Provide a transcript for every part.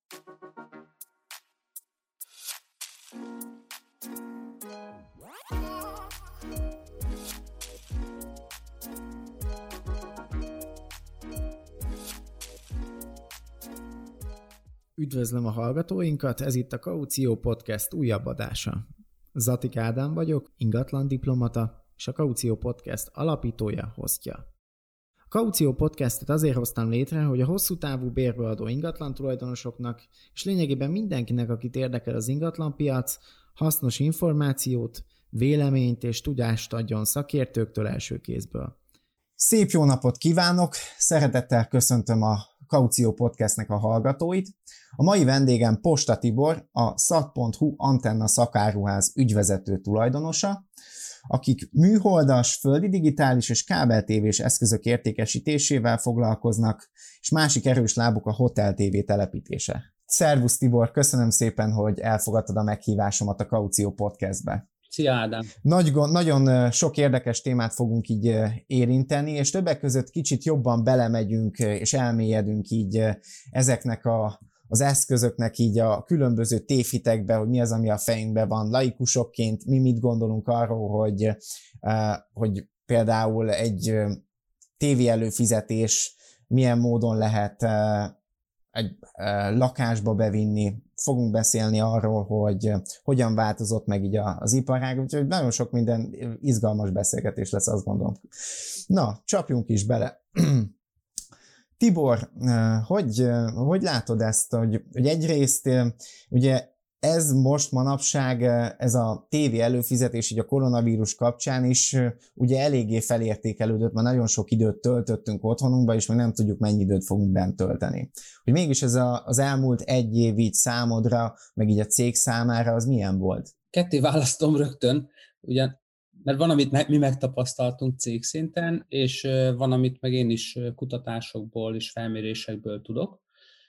Üdvözlöm a hallgatóinkat, ez itt a Kaució Podcast újabb adása. Zatik Ádám vagyok, ingatlan diplomata, és a Kaució Podcast alapítója, hostja. A Kaució Podcastet azért hoztam létre, hogy a hosszú távú bérbeadó ingatlan tulajdonosoknak, és lényegében mindenkinek, akit érdekel az ingatlanpiac, hasznos információt, véleményt és tudást adjon szakértőktől első kézből. Szép jó napot kívánok! Szeretettel köszöntöm a Kaució Podcastnek a hallgatóit. A mai vendégem Posta Tibor, a szat.hu Antenna szakáruház ügyvezető tulajdonosa, akik műholdas, földi digitális és kábel-tévés eszközök értékesítésével foglalkoznak, és másik erős lábuk a Hotel TV telepítése. Szervusz Tibor, köszönöm szépen, hogy elfogadtad a meghívásomat a Kaució Podcastbe. Szia Ádám! Nagyon sok érdekes témát fogunk így érinteni, és többek között kicsit jobban belemegyünk és elmélyedünk így ezeknek az eszközöknek így a különböző tévhitekbe, hogy mi az, ami a fejünkben van laikusokként, mi mit gondolunk arról, hogy például egy tévé előfizetés milyen módon lehet egy lakásba bevinni. Fogunk beszélni arról, hogy hogyan változott meg így az iparág, úgyhogy nagyon sok minden izgalmas beszélgetés lesz, azt gondolom. Na, csapjunk is bele. Tibor, hogy látod ezt, hogy egyrészt ugye ez most manapság, ez a tévé előfizetés így a koronavírus kapcsán is ugye eléggé felértékelődött, mert nagyon sok időt töltöttünk otthonunkba, és még nem tudjuk, mennyi időt fogunk bent tölteni. Hogy mégis ez az elmúlt egy év így számodra, meg így a cég számára, az milyen volt? Ketté választom rögtön, mert van, amit mi megtapasztaltunk cégszinten, és van, amit meg én is kutatásokból és felmérésekből tudok.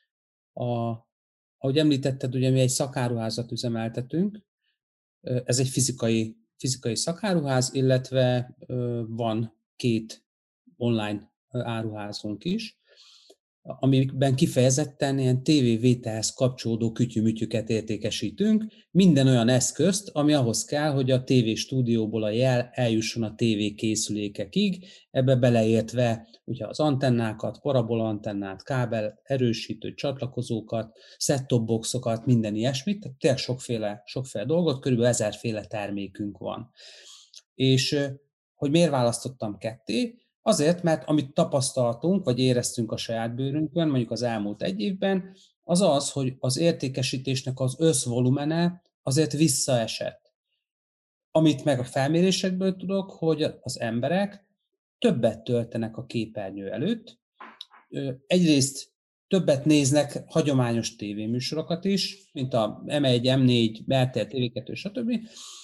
Ahogy említetted, ugye mi egy szakáruházat üzemeltetünk, ez egy fizikai szakáruház, illetve van 2 online áruházunk is, amiben kifejezetten ilyen tévévételhez kapcsolódó kütyümütyüket értékesítünk, minden olyan eszközt, ami ahhoz kell, hogy a tévéstúdióból a jel eljusson a tévékészülékekig, ebbe beleértve ugye az antennákat, parabola antennát, kábel, erősítő csatlakozókat, set-top boxokat, minden ilyesmit, tehát tényleg sokféle dolgot, körülbelül 1000 féle termékünk van. És hogy miért választottam ketté? Azért, mert amit tapasztaltunk, vagy éreztünk a saját bőrünkön, mondjuk az elmúlt egy évben, az az, hogy az értékesítésnek az összvolumene azért visszaesett. Amit meg a felmérésekből tudok, hogy az emberek többet töltenek a képernyő előtt. Egyrészt többet néznek hagyományos tévéműsorokat is, mint a M1, M4, RTL, TV2, stb.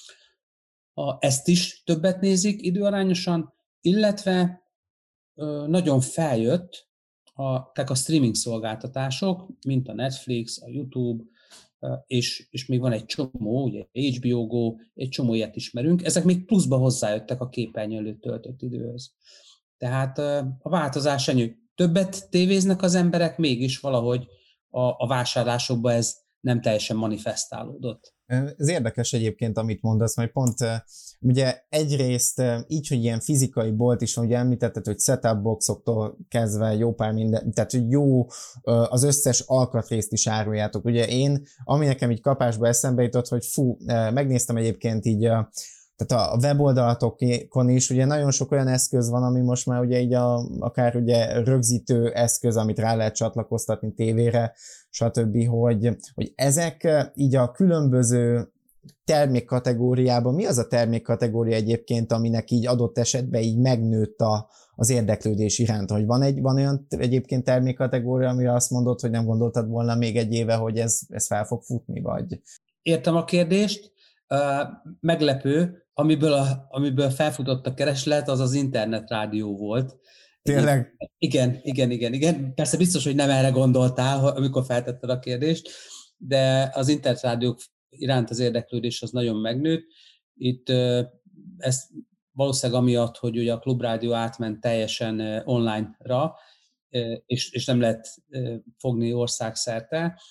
Ezt is többet nézik időarányosan, illetve nagyon feljött a streaming szolgáltatások, mint a Netflix, a YouTube, és még van egy csomó, ugye HBO Go, egy csomó ilyet ismerünk, ezek még pluszba hozzájöttek a képernyő előtt töltött időhöz. Tehát a változás ennyi. Többet tévéznek az emberek, mégis valahogy a vásárlásokban ez nem teljesen manifestálódott. Ez érdekes egyébként, amit mondasz, mert pont ugye egyrészt így, hogy ilyen fizikai bolt is, ugye említetted, hogy setup boxoktól kezdve jó pár minden, tehát hogy jó az összes alkatrészt is áruljátok. Ugye ami nekem így kapásba eszembe jutott, hogy megnéztem egyébként így tehát a weboldalatokon is ugye nagyon sok olyan eszköz van, ami most már ugye így akár ugye rögzítő eszköz, amit rá lehet csatlakoztatni tévére, stb., hogy ezek így a különböző termékkategóriában, mi az a termékkategória egyébként, aminek így adott esetben így megnőtt az érdeklődés iránt, hogy van olyan egyébként termékkategória, amire azt mondod, hogy nem gondoltad volna még egy éve, hogy ez fel fog futni, vagy? Értem a kérdést. Meglepő, amiből felfutott a kereslet, az internetrádió volt. Tényleg? Igen. Persze biztos, hogy nem erre gondoltál, amikor feltetted a kérdést, de az internetrádiók iránt az érdeklődés az nagyon megnőtt. Itt ez valószínűleg amiatt, hogy ugye a Klubrádió átment teljesen online-ra, és nem lehet fogni országszerte.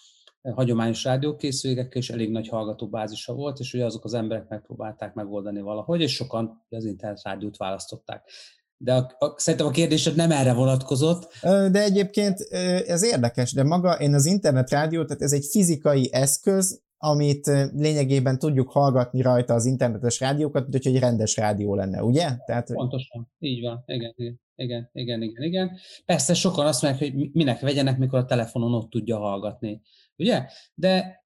hagyományos rádiókészülékekkel, és elég nagy hallgatóbázisa volt, és ugye azok az emberek megpróbálták megoldani valahogy, és sokan az internetrádiót választották. De szerintem a kérdésed nem erre vonatkozott. De egyébként ez érdekes, de maga én az internetrádió, tehát ez egy fizikai eszköz, amit lényegében tudjuk hallgatni rajta az internetes rádiókat, mint hogy egy rendes rádió lenne, ugye? Tehát, pontosan, így van, igen. Persze sokan azt mondják, hogy minek vegyenek, mikor a telefonon ott tudja hallgatni, ugye? De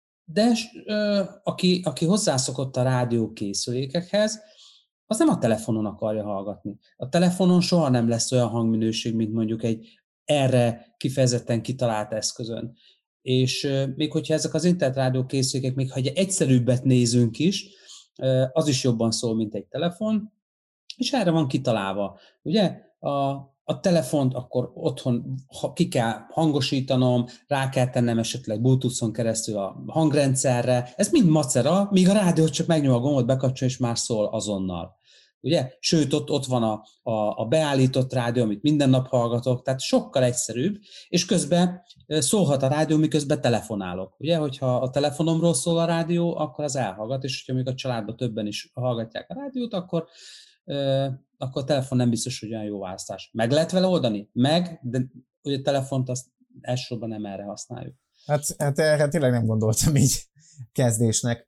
aki hozzászokott a rádiókészülékekhez, az nem a telefonon akarja hallgatni. A telefonon soha nem lesz olyan hangminőség, mint mondjuk egy erre kifejezetten kitalált eszközön. És még hogyha ezek az internetrádió készülékek, még ha egy egyszerűbbet nézünk is, az is jobban szól, mint egy telefon, és erre van kitalálva. Ugye a telefont akkor otthon ki kell hangosítanom, rá kell tennem esetleg Bluetooth-on keresztül a hangrendszerre, ez mind macera, míg a rádiót csak megnyom a gombot, bekapcsol, és már szól azonnal. Ugye? Sőt, ott van a beállított rádió, amit minden nap hallgatok, tehát sokkal egyszerűbb, és közben szólhat a rádió, miközben telefonálok. Ugye, hogyha a telefonomról szól a rádió, akkor az elhallgat, és hogyha még a családban többen is hallgatják a rádiót, akkor a telefon nem biztos, hogy olyan jó választás. Meg lehet vele oldani? Meg, de ugye a telefont azt elsősorban nem erre használjuk. Hát erre tényleg nem gondoltam így kezdésnek.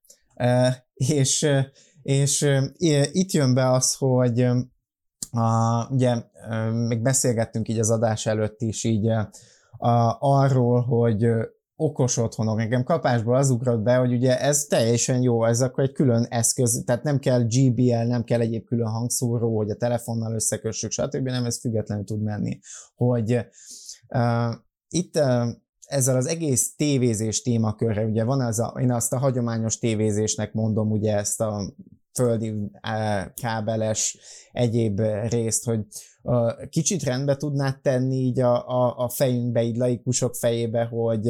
És itt jön be az, hogy ugye még beszélgettünk így az adás előtt is így arról, hogy okos otthonok. Nekem kapásból az ugrott be, hogy ugye ez teljesen jó, ez akkor egy külön eszköz, tehát nem kell GBL, nem kell egyéb külön hangszóró, hogy a telefonnal összekössük, stb., nem, ez függetlenül tud menni. Hogy itt ezzel az egész tévézés témakörre, ugye van én azt a hagyományos tévézésnek mondom, ugye ezt a földi kábeles egyéb részt, hogy kicsit rendbe tudnád tenni így a fejünkbe, így laikusok fejébe, hogy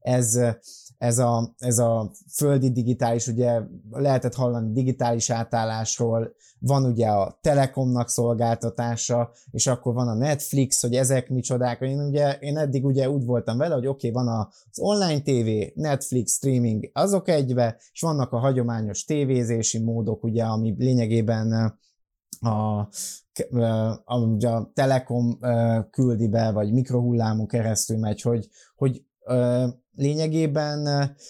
ez a földi digitális, ugye lehetett hallani digitális átállásról, van ugye a Telekomnak szolgáltatása, és akkor van a Netflix, hogy ezek micsodák. Én eddig ugye úgy voltam vele, hogy oké, van az online tévé, Netflix, streaming, azok egybe, és vannak a hagyományos tévézési módok, ugye, ami lényegében a Telekom küldi be, vagy mikrohullámon keresztül megy, hogy lényegében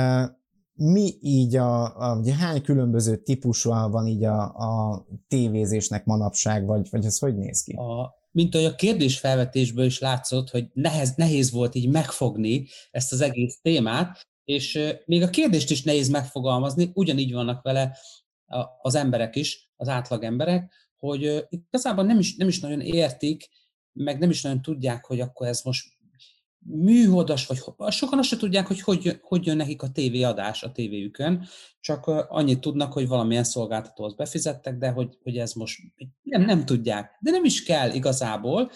mi így ugye hány különböző típusa van így a tévézésnek manapság, vagy ez hogy néz ki? Mint ahogy a kérdésfelvetésből is látszott, hogy nehéz volt így megfogni ezt az egész témát, és még a kérdést is nehéz megfogalmazni, ugyanígy vannak vele az emberek is, az átlag emberek, hogy igazából nem is nagyon értik, meg nem is nagyon tudják, hogy akkor ez most műholdas, vagy sokan azt se tudják, hogy jön nekik a tévéadás a tévéjükön, csak annyit tudnak, hogy valamilyen szolgáltatóhoz befizettek, de hogy ez most nem tudják. De nem is kell igazából.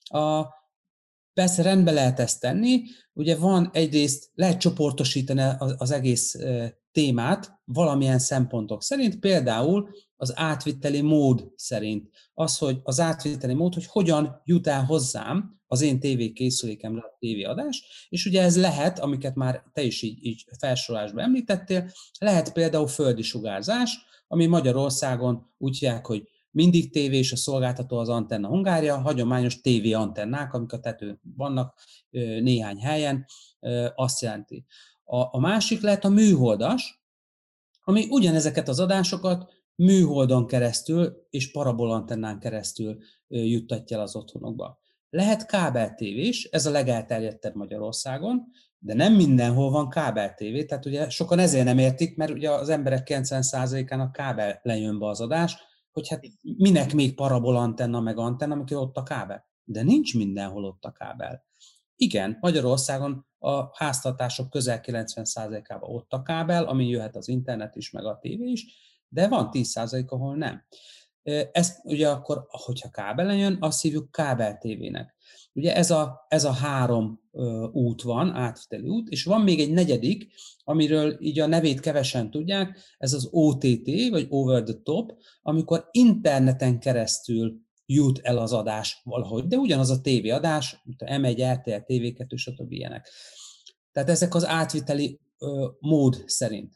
Persze rendbe lehet ezt tenni, ugye van egyrészt, lehet csoportosítani az egész témát valamilyen szempontok szerint, például az átviteli mód szerint. Az, hogy az átviteli mód, hogy hogyan jut el hozzám az én tévékészülékemre a tévéadás, és ugye ez lehet, amiket már te is így felsorolásban említettél, lehet például földi sugárzás, ami Magyarországon úgy hívják, hogy mindig tévé, és a szolgáltató az Antenna Hungária, hagyományos tévé antennák, amik a tetőn vannak néhány helyen, azt jelenti. A másik lehet a műholdas, ami ugyanezeket az adásokat műholdon keresztül és parabolantennán keresztül juttatja el az otthonokba. Lehet kábeltévés, ez a legelterjedtebb Magyarországon, de nem mindenhol van kábeltévé, tehát ugye sokan ezért nem értik, mert ugye az emberek 90%-ának kábel lejön be az adás, hogy hát minek még parabolantenna meg antenna, amikor ott a kábel. De nincs mindenhol ott a kábel. Igen, Magyarországon a háztartások közel 90%-ában ott a kábel, ami jöhet az internet is, meg a tévé is, de van 10%, ahol nem. Ezt ugye akkor, hogyha kábelen jön, azt hívjuk kábeltévének. Ugye ez a három út van, átviteli út, és van még egy negyedik, amiről így a nevét kevesen tudják, ez az OTT, vagy Over the Top, amikor interneten keresztül jut el az adás valahogy, de ugyanaz a tévéadás, mint a M1, RTL, TV2, stb. Ilyenek. Tehát ezek az átviteli mód szerint.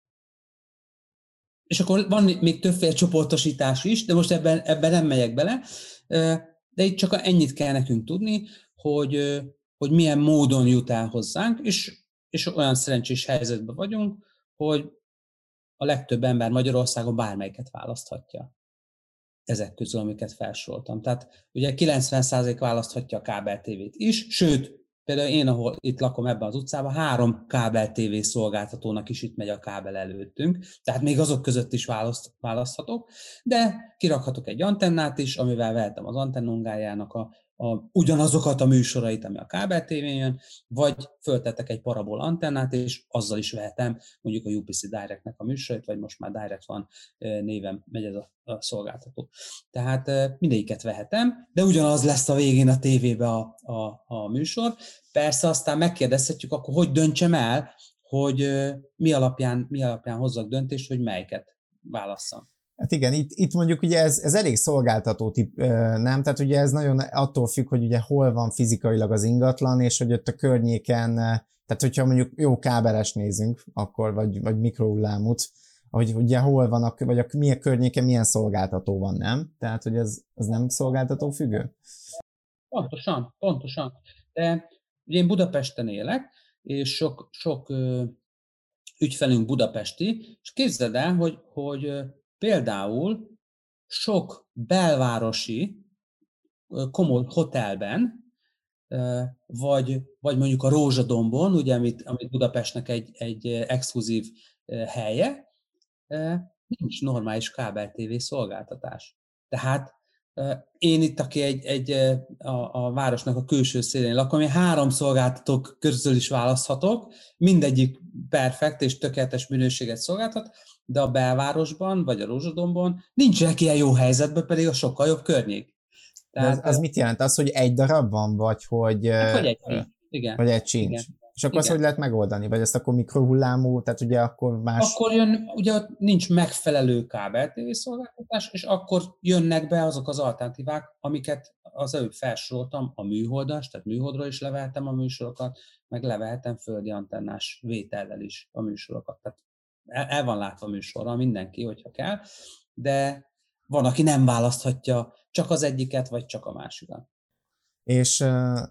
És akkor van még többféle csoportosítás is, de most ebben nem megyek bele, de itt csak ennyit kell nekünk tudni, hogy milyen módon jut el hozzánk, és olyan szerencsés helyzetben vagyunk, hogy a legtöbb ember Magyarországon bármelyiket választhatja ezek közül, amiket felsoroltam. Tehát ugye 90% választhatja a kábel tévét is, sőt, például én, ahol itt lakom ebben az utcában, 3 kábel TV szolgáltatónak is itt megy a kábel előttünk, tehát még azok között is választhatok, de kirakhatok egy antennát is, amivel vehetem az antennongájának ugyanazokat a műsorait, ami a kábel tévén jön, vagy föltettek egy parabol antennát, és azzal is vehetem mondjuk a UPC Directnek a műsorait, vagy most már Direct van néven megy ez a szolgáltató. Tehát mindegyiket vehetem, de ugyanaz lesz a végén a tévébe a műsor. Persze aztán megkérdezhetjük, akkor hogy döntsem el, hogy mi alapján hozzak döntést, hogy melyiket válasszam. Hát igen, itt mondjuk ugye ez elég szolgáltató tip, nem? Tehát ugye ez nagyon attól függ, hogy ugye hol van fizikailag az ingatlan, és hogy ott a környéken, tehát hogyha mondjuk jó kábeles nézünk, akkor vagy mikrohullámút, hogy ugye hol van, vagy milyen környéken milyen szolgáltató van, nem? Tehát, hogy ez nem szolgáltató függő? Pontosan. De ugye én Budapesten élek, és sok ügyfelünk budapesti, és képzeld el, hogy például sok belvárosi komoly hotelben, vagy mondjuk a Rózsadombon, ugye, amit Budapestnek egy exkluzív helye, nincs normális kábel-TV szolgáltatás. Tehát én itt, aki a városnak a külső szélén lakom, én 3 szolgáltatók közül is választhatok, mindegyik perfekt és tökéletes minőséget szolgáltat, de a belvárosban, vagy a Rózsadombon nincsenek ilyen jó helyzetben, pedig a sokkal jobb környék. Tehát, az mit jelent? Az, hogy egy darab van, vagy hogy... Vagy egy sincs. Igen. Vagy egy sincs. Igen. És akkor azt hogy lehet megoldani? Vagy ezt akkor mikrohullámú, tehát ugye akkor más... Akkor jön, ugye nincs megfelelő kábel-TV szolgáltatás, és akkor jönnek be azok az alternatívák, amiket az előbb felsoroltam, a műholdas, tehát műholdról is levehetem a műsorokat, meg levehetem földi antennás vétellel is a műsorokat. Tehát el van látva a műsorra mindenki, hogyha kell, de van, aki nem választhatja csak az egyiket, vagy csak a másikat. És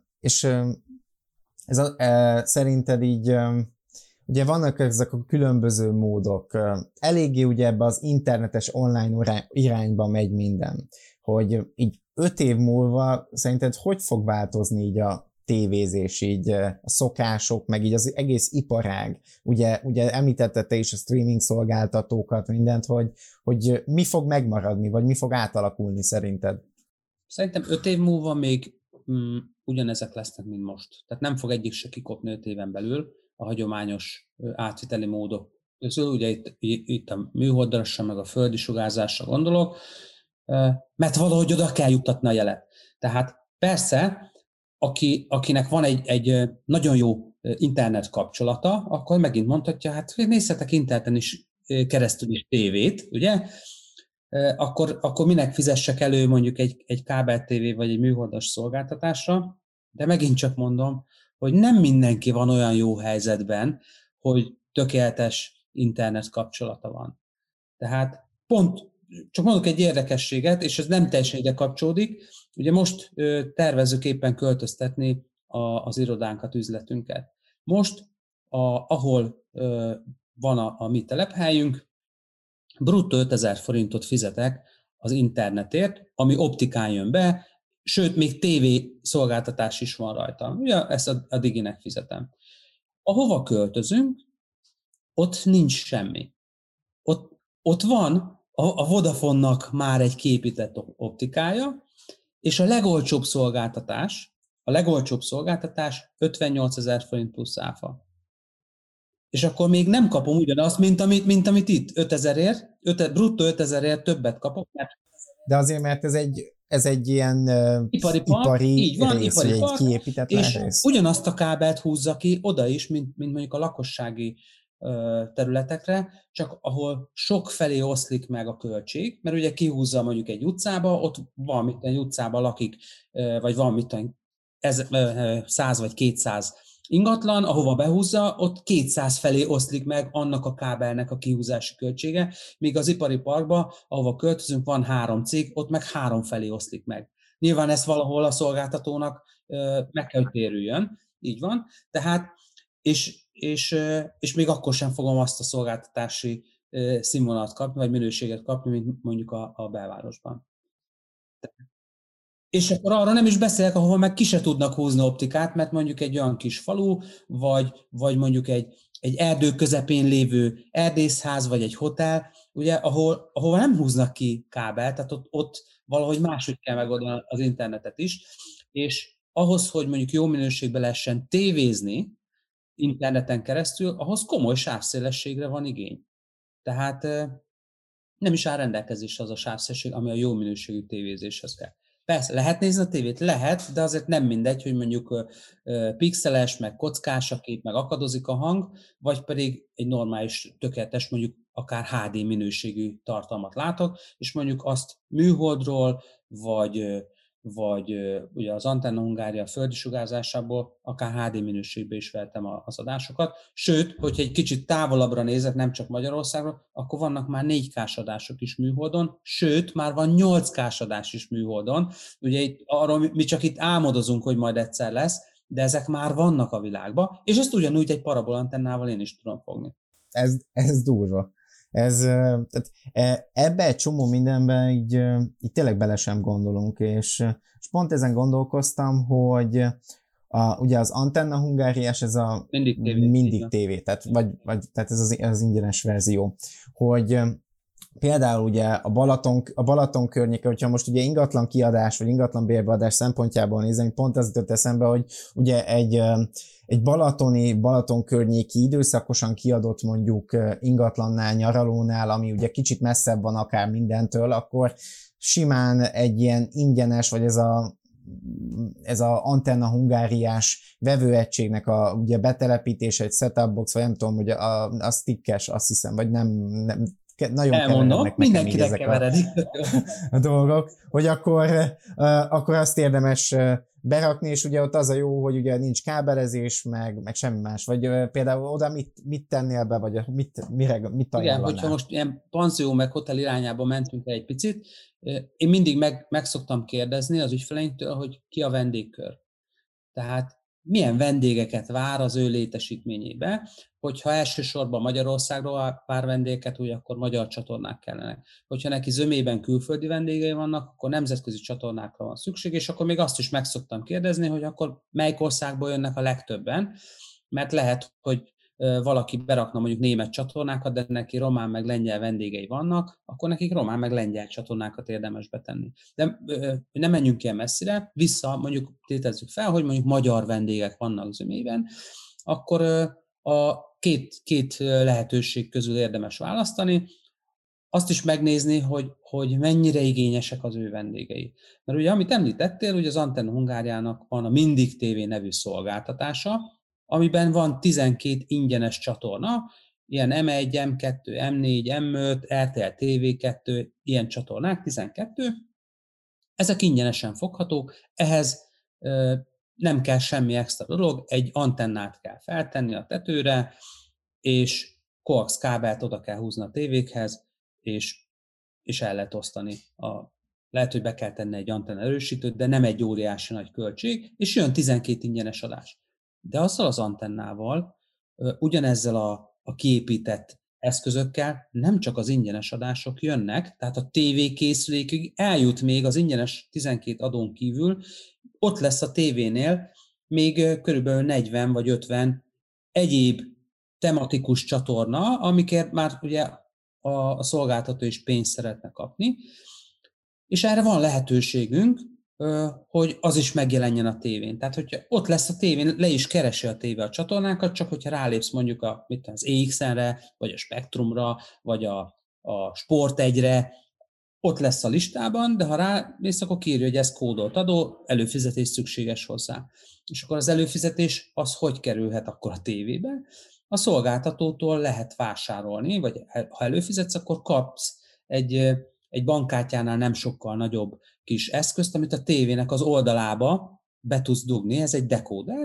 szerinted így, ugye vannak ezek a különböző módok, eléggé ugye ebbe az internetes online irányba megy minden, hogy így 5 év múlva szerinted hogy fog változni így a tévézés, így a szokások, meg így az egész iparág, ugye említetted te is a streaming szolgáltatókat, mindent, hogy mi fog megmaradni, vagy mi fog átalakulni szerinted? Szerintem 5 év múlva még ugyanezek lesznek, mint most. Tehát nem fog egyik se kikopni 5 éven belül a hagyományos átviteli módok közül. Ugye itt a műholdrasra, meg a földi sugárzásra gondolok, mert valahogy oda kell juttatni a jelet. Tehát persze, akinek van egy nagyon jó internet kapcsolata, akkor megint mondhatja, hát nézhetek interneten is keresztül is tévét, ugye? Akkor minek fizessek elő mondjuk egy kábel TV vagy egy műholdas szolgáltatásra, de megint csak mondom, hogy nem mindenki van olyan jó helyzetben, hogy tökéletes internet kapcsolata van. Tehát csak mondok egy érdekességet, és ez nem teljesen ide kapcsolódik. Ugye most tervezzük éppen költöztetni az irodánkat, üzletünket. Most, ahol van a mi telephelyünk, bruttó 5000 forintot fizetek az internetért, ami optikán jön be, sőt, még TV szolgáltatás is van rajta. Ugye ezt a Diginek fizetem. Ahova költözünk, ott nincs semmi. Ott van a Vodafone-nak már egy kiépített optikája, és a legolcsóbb szolgáltatás 58 000 forint plusz áfa. És akkor még nem kapom ugyanazt, mint amit itt, 5000ért, bruttó 5000ért többet kapok. De azért, mert ez egy ilyen ipari rész, vagy egy kiépített és rész. Ugyanazt a kábelt húzza ki oda is, mint mondjuk a lakossági területekre, csak ahol sok felé oszlik meg a költség, mert ugye kihúzza mondjuk egy utcába, ott valamit egy utcában lakik, vagy valamit 100 vagy 200 ingatlan, ahova behúzza, ott 200 felé oszlik meg annak a kábelnek a kihúzási költsége, míg az ipari parkba, ahova költözünk, van 3 cég, ott meg 3 felé oszlik meg. Nyilván ezt valahol a szolgáltatónak meg kell, hogy térüljön, így van. Tehát, és még akkor sem fogom azt a szolgáltatási színvonalat kapni, vagy minőséget kapni, mint mondjuk a belvárosban. És akkor arra nem is beszélek, ahol meg ki se tudnak húzni optikát, mert mondjuk egy olyan kis falu, vagy mondjuk egy erdő közepén lévő erdészház, vagy egy hotel, ugye, ahol nem húznak ki kábelt, tehát ott valahogy máshogy kell megoldani az internetet is, és ahhoz, hogy mondjuk jó minőségben lehessen tévézni interneten keresztül, ahhoz komoly sávszélességre van igény. Tehát nem is áll rendelkezésre az a sávszélesség, ami a jó minőségű tévézéshez kell. Persze, lehet nézni a tévét? Lehet, de azért nem mindegy, hogy mondjuk pixeles, meg kockás a kép, meg akadozik a hang, vagy pedig egy normális, tökéletes, mondjuk akár HD minőségű tartalmat látok, és mondjuk azt műholdról, vagy ugye az Antenna Hungária földi sugárzásából akár HD minőségben is vettem az adásokat. Sőt, hogyha egy kicsit távolabbra nézek, nem csak Magyarországra, akkor vannak már 4K-s adások is műholdon, sőt, már van 8K-s adás is műholdon. Ugye arról mi csak itt álmodozunk, hogy majd egyszer lesz, de ezek már vannak a világban, és ezt ugyanúgy egy parabolantennával én is tudom fogni. Ez durva. Tehát ebbe egy csomó mindenben így tényleg bele sem gondolunk, és pont ezen gondolkoztam, hogy ugye az Antenna Hungáriás, ez a mindig tévé, tehát tehát ez az ingyenes verzió, hogy például ugye a Balaton környéke, hogyha most ugye ingatlan kiadás, vagy ingatlan bérbeadás szempontjából nézem, pont az jutott eszembe, hogy ugye egy Balaton környéki időszakosan kiadott mondjuk ingatlannál, nyaralónál, ami ugye kicsit messzebb van akár mindentől, akkor simán egy ilyen ingyenes, vagy ez a Antenna Hungáriás vevőegységnek a ugye betelepítése, egy setup box, vagy nem tudom, hogy a stickes, azt hiszem, vagy nem nagyon keverednek nekem így ezek a dolgok, hogy akkor azt érdemes berakni, és ugye ott az a jó, hogy ugye nincs kábelezés, meg semmi más. Vagy például oda mit tennél be, vagy mit ajánlanál? Igen, hogyha most ilyen panzió meg hotel irányába mentünk egy picit, én mindig meg szoktam kérdezni az ügyfeleinktől, hogy ki a vendégkör. Tehát milyen vendégeket vár az ő létesítményébe, hogyha elsősorban Magyarországról vár vendégeket, úgy akkor magyar csatornák kellenek. Hogyha neki zömében külföldi vendégei vannak, akkor nemzetközi csatornákra van szükség, és akkor még azt is meg szoktam kérdezni, hogy akkor melyik országból jönnek a legtöbben, mert lehet, hogy valaki berakna mondjuk német csatornákat, de neki román meg lengyel vendégei vannak, akkor nekik román meg lengyel csatornákat érdemes betenni. De nem menjünk ilyen messzire, mondjuk tételezzük fel, hogy mondjuk magyar vendégek vannak zömében, akkor a két lehetőség közül érdemes választani, azt is megnézni, hogy mennyire igényesek az ő vendégei. Mert ugye, amit említettél, ugye az Antenna Hungáriának van a Mindig TV nevű szolgáltatása, amiben van 12 ingyenes csatorna, ilyen M1, M2, M4, M5, RTL TV2, ilyen csatornák, 12. Ezek ingyenesen foghatók, ehhez nem kell semmi extra dolog, egy antennát kell feltenni a tetőre, és coax kábelt oda kell húzni a tévékhez, és el lehet osztani. Lehet, hogy be kell tenni egy antenna erősítőt, de nem egy óriási nagy költség, és jön 12 ingyenes adás. De azzal az antennával, ugyanezzel a kiépített eszközökkel nem csak az ingyenes adások jönnek, tehát a tévékészülékig eljut még az ingyenes 12 adón kívül, ott lesz a tévénél még körülbelül 40 vagy 50 egyéb tematikus csatorna, amikért már ugye a szolgáltató is pénzt szeretne kapni, és erre van lehetőségünk, hogy az is megjelenjen a tévén. Tehát, hogyha ott lesz a tévén, le is keresi a tévé a csatornákat, csak hogyha rálépsz mondjuk az EXN-re, vagy a Spektrumra, vagy a Sport 1-re, ott lesz a listában, de ha rámész, akkor kiírja, hogy ez kódolt adó, előfizetés szükséges hozzá. És akkor az előfizetés az hogy kerülhet akkor a tévébe? A szolgáltatótól lehet vásárolni, vagy ha előfizetsz, akkor kapsz egy bankkártyánál nem sokkal nagyobb kis eszközt, amit a tévének az oldalába be tudsz dugni, ez egy dekóder,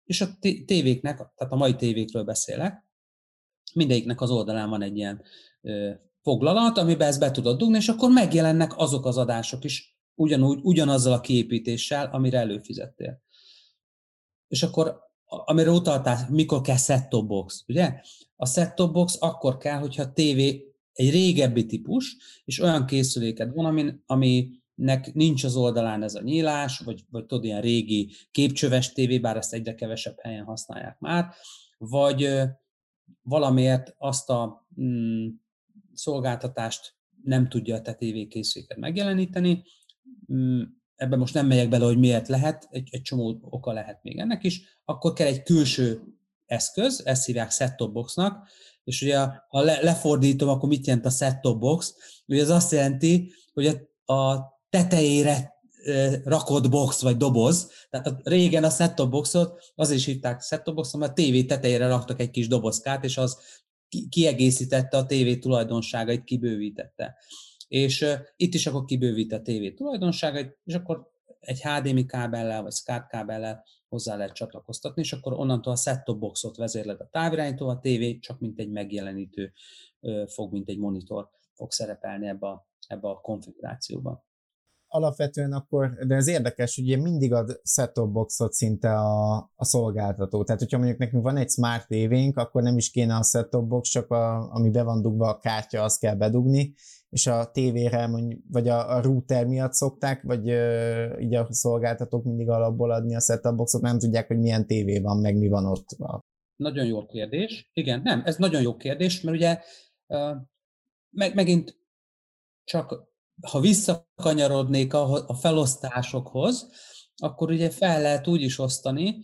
és a tévéknek, tehát a mai tévékről beszélek, mindegyiknek az oldalán van egy ilyen foglalat, amiben ezt be tudod dugni, és akkor megjelennek azok az adások is ugyanazzal a kiépítéssel, amire előfizettél. És akkor, amire utaltál, mikor kell set-top box, ugye? A set-top box akkor kell, hogyha a tévé egy régebbi típus, és olyan készüléked van, aminek nincs az oldalán ez a nyílás, vagy tudod, ilyen régi képcsöves tévé, bár ezt egyre kevesebb helyen használják már, vagy valamiért azt a szolgáltatást nem tudja a te tévékészüléked megjeleníteni. Ebben most nem megyek bele, hogy miért lehet, egy csomó oka lehet még ennek is, akkor kell egy külső eszköz, ezt hívják set-top boxnak, és ugye ha lefordítom, akkor mit jelent a set-top box? Ugye ez azt jelenti, hogy a tetejére rakott box vagy doboz, tehát régen a set-top boxot azért is hívták set-top boxot, mert a tévé tetejére raktak egy kis dobozkát, és az kiegészítette a tévé tulajdonságait, kibővítette. És itt is akkor kibővít a tévé tulajdonságait, és akkor egy HDMI kábellel, vagy SCART kábellel hozzá lehet csatlakoztatni, és akkor onnantól a set-top boxot vezérled a távirányító, a tévé csak mint egy megjelenítő mint egy monitor fog szerepelni ebbe a konfigurációba. Alapvetően akkor, de ez érdekes, ugye mindig ad set-top boxot szinte a szolgáltató. Tehát, hogyha mondjuk nekünk van egy smart tévénk, akkor nem is kéne a set-top box, csak ami be van dugva a kártya, azt kell bedugni, és a tévére, vagy a router miatt szokták, vagy így a szolgáltatók mindig alapból adni a set-top boxot, nem tudják, hogy milyen tévé van, meg mi van ott. Nagyon jó kérdés. Igen, nem, ez nagyon jó kérdés, mert ugye megint csak ha visszakanyarodnék a felosztásokhoz, akkor ugye fel lehet úgy is osztani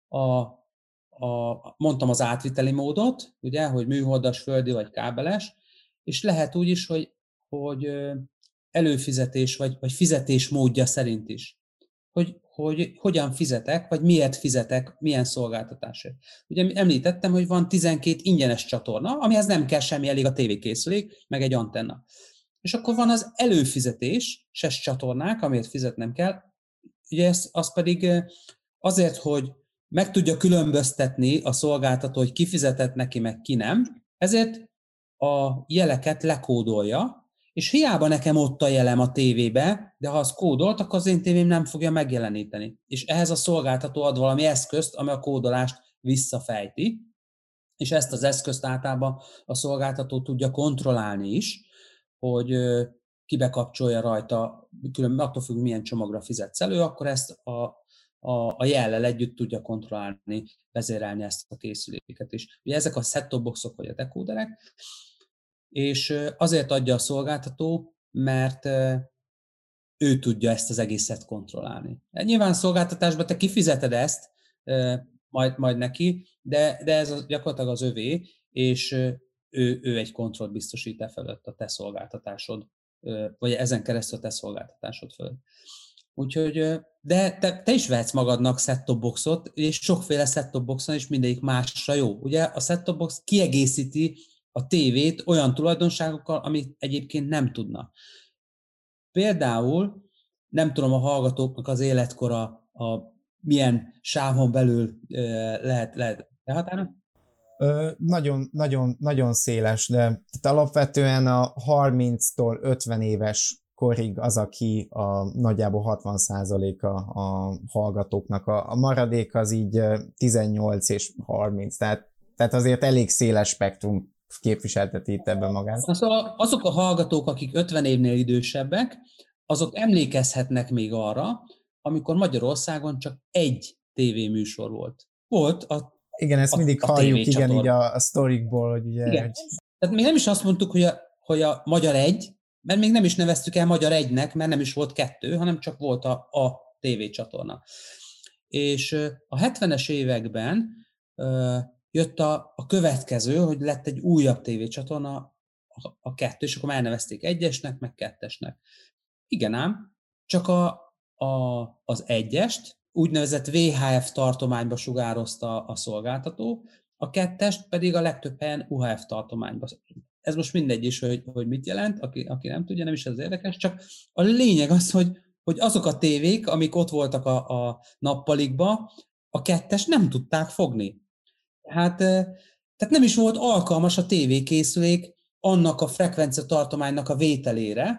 mondtam az átviteli módot, ugye, hogy műholdas, földi vagy kábeles, és lehet úgy is, hogy előfizetés vagy fizetés módja szerint is. Hogy hogyan fizetek, vagy miért fizetek, milyen szolgáltatásért. Ugye említettem, hogy van 12 ingyenes csatorna, amihez nem kell semmi, elég a tévékészülék, meg egy antenna. És akkor van az előfizetéses csatornák, amiért fizetnem kell. Ugye az pedig azért, hogy meg tudja különböztetni a szolgáltató, hogy ki fizetett neki, meg ki nem, ezért a jeleket lekódolja, és hiába nekem ott a jelem a tévébe, de ha az kódolt, akkor az én tévém nem fogja megjeleníteni. És ehhez a szolgáltató ad valami eszközt, ami a kódolást visszafejti, és ezt az eszközt általában a szolgáltató tudja kontrollálni is, hogy kibe kapcsolja rajta, különben attól függ, milyen csomagra fizetsz elő, akkor ezt a jellel együtt tudja kontrollálni, vezérelni ezt a készüléket is. Ugye ezek a set-top boxok vagy a dekóderek, és azért adja a szolgáltató, mert ő tudja ezt az egészet kontrollálni. Nyilván szolgáltatásban te kifizeted ezt majd neki, de ez gyakorlatilag az övé, és ő egy kontrollt biztosít felett a te szolgáltatásod, vagy ezen keresztül a te szolgáltatásod fölött. Úgyhogy, de te is vehetsz magadnak set-top boxot, és sokféle set-top boxon, és mindegyik másra jó. Ugye a set-top box kiegészíti a tévét olyan tulajdonságokkal, amit egyébként nem tudna. Például, nem tudom a hallgatóknak az életkora, milyen sávon belül lehet behatárolni? Nagyon széles, de tehát alapvetően a 30-tól 50 éves korig az, aki nagyjából 60%-a a hallgatóknak. A maradék az így 18 és 30, tehát azért elég széles spektrum képviselteti itt ebben magát. Szóval azok a hallgatók, akik 50 évnél idősebbek, azok emlékezhetnek még arra, amikor Magyarországon csak egy tévéműsor volt. Igen, ezt mindig halljuk, igen, így a sztorikból, hogy ugye... Igen. Tehát még nem is azt mondtuk, hogy a Magyar 1, mert még nem is neveztük el Magyar 1-nek, mert nem is volt 2, hanem csak volt a tévécsatorna. És a 70-es években jött a következő, hogy lett egy újabb tévécsatorna, a 2, és akkor már elnevezték 1-esnek, meg 2-esnek. Igen ám, csak az 1-est úgynevezett VHF tartományba sugározta a szolgáltató, a 2-est pedig a legtöbb helyen UHF tartományba. Ez most mindegy is, hogy mit jelent, aki nem tudja, nem is ez érdekes, csak a lényeg az, hogy azok a tévék, amik ott voltak a nappalikba, a 2-es nem tudták fogni. Tehát nem is volt alkalmas a tévékészülék annak a frekvenciatartománynak a vételére,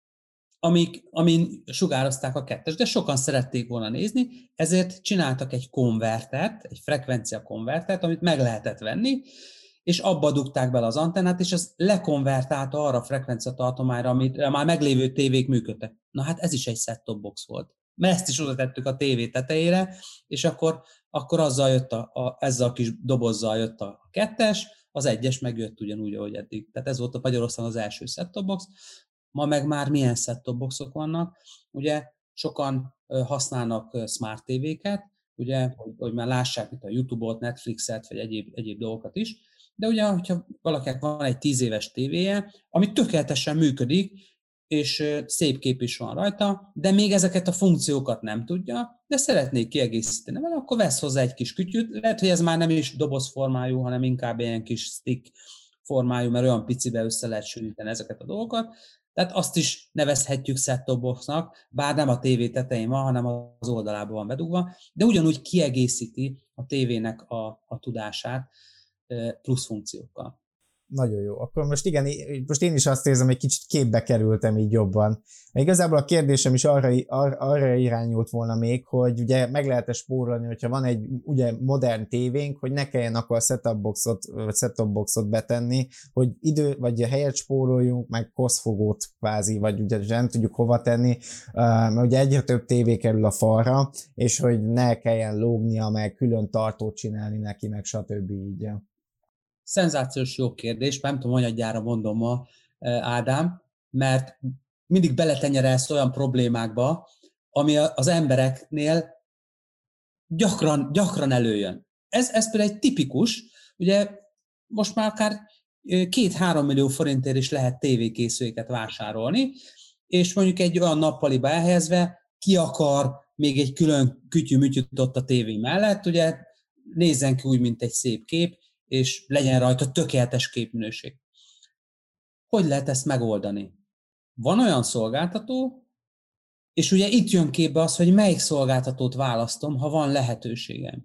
amin sugározták a 2-es, de sokan szerették volna nézni, ezért csináltak egy konvertert, egy frekvencia konvertert, amit meg lehetett venni, és abba dugták bele az antennát, és az lekonvertálta arra a frekvenciatartományra, amit már meglévő tévék működtek. Na hát ez is egy set-top box volt. Mert ezt is oda tettük a tévé tetejére, és akkor azzal jött ezzel a kis dobozzal jött a 2-es, az 1-es megjött ugyanúgy, ahogy eddig. Tehát ez volt a Magyarországon az első set-top box. Ma meg már milyen set-top boxok vannak. Ugye sokan használnak smart tévéket, ugye, hogy már lássák itt a YouTube-ot, Netflixet, vagy egyéb dolgokat is. De ugye, hogyha valakinek van egy 10 éves tévéje, ami tökéletesen működik, és szép kép is van rajta, de még ezeket a funkciókat nem tudja, de szeretnék kiegészíteni vele, akkor vesz hozzá egy kis kütyűt. Lehet, hogy ez már nem is dobozformájú, hanem inkább ilyen kis stick formájú, mert olyan picibe össze lehet sűríteni ezeket a dolgokat. Tehát azt is nevezhetjük set-top boxnak, bár nem a tévé tetején van, hanem az oldalában van bedugva, de ugyanúgy kiegészíti a tévének a tudását plusz funkciókkal. Nagyon jó. Akkor most igen, most én is azt érzem, hogy kicsit képbe kerültem így jobban. Igazából a kérdésem is arra irányult volna még, hogy ugye meg lehet-e spórolni, hogyha van egy ugye modern tévénk, hogy ne kelljen akkor a set-top boxot betenni, hogy vagy helyet spóroljunk, meg koszfogót kvázi, vagy ugye nem tudjuk hova tenni, mert ugye egyre több tévé kerül a falra, és hogy ne kelljen lógnia, meg külön tartót csinálni neki, meg stb. Így. Szenzációs jó kérdés, nem tudom, anyadjára mondom ma, Ádám, mert mindig beletenyerelsz olyan problémákba, ami az embereknél gyakran előjön. Ez például egy tipikus, ugye most már akár 2-3 millió forintért is lehet tévékészüléket vásárolni, és mondjuk egy olyan nappaliba elhelyezve ki akar még egy külön kütyű-mütyűt ott a tévé mellett, ugye nézzen ki úgy, mint egy szép kép, és legyen rajta tökéletes képminőség. Hogy lehet ezt megoldani? Van olyan szolgáltató, és ugye itt jön képbe az, hogy melyik szolgáltatót választom, ha van lehetőségem.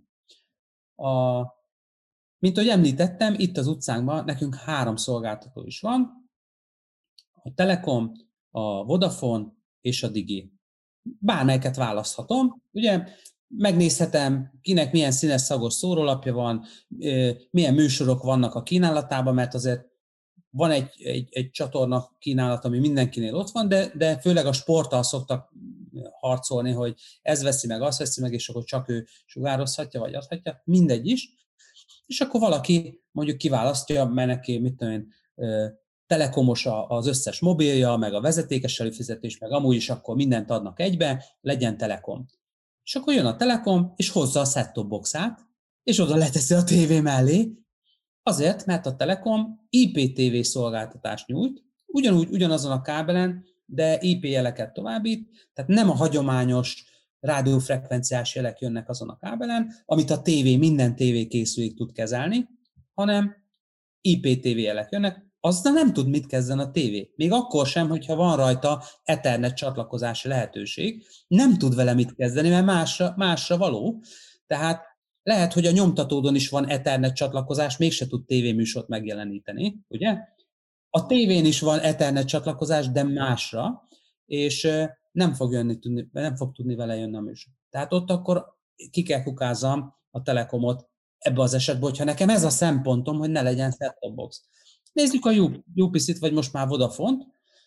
Mint ahogy említettem, itt az utcánkban nekünk 3 szolgáltató is van. A Telekom, a Vodafone és a Digi. Bármelyiket választhatom, ugye? Megnézhetem, kinek milyen színes szagos szórólapja van, milyen műsorok vannak a kínálatában, mert azért van egy csatorna kínálat, ami mindenkinél ott van, de főleg a sporttal szoktak harcolni, hogy ez veszi meg, azt veszi meg, és akkor csak ő sugározhatja, vagy adhatja, mindegy is. És akkor valaki mondjuk kiválasztja, mert neki, mit tudom én, telekomos az összes mobilja, meg a vezetékes előfizetés, meg amúgy is akkor mindent adnak egybe, legyen Telekom. És akkor jön a Telekom, és hozza a set-top boxát, és oda leteszi a tévé mellé, azért, mert a Telekom IPTV szolgáltatást nyújt, ugyanazon a kábelen, de IP jeleket továbbít, tehát nem a hagyományos rádiófrekvenciás jelek jönnek azon a kábelen, amit a minden tévékészülék tud kezelni, hanem IPTV jelek jönnek, azzal nem tud mit kezdeni a tévé. Még akkor sem, hogyha van rajta Ethernet csatlakozási lehetőség, nem tud vele mit kezdeni, mert másra való. Tehát lehet, hogy a nyomtatódon is van Ethernet csatlakozás, mégse tud tévéműsort megjeleníteni, ugye? A tévén is van Ethernet csatlakozás, de másra, és nem fog tudni vele jönni a műsor. Tehát ott akkor ki kell kukázzam a Telekomot ebbe az esetben, hogyha nekem ez a szempontom, hogy ne legyen set-top box. Nézzük a UPC-t, vagy most már Vodafont.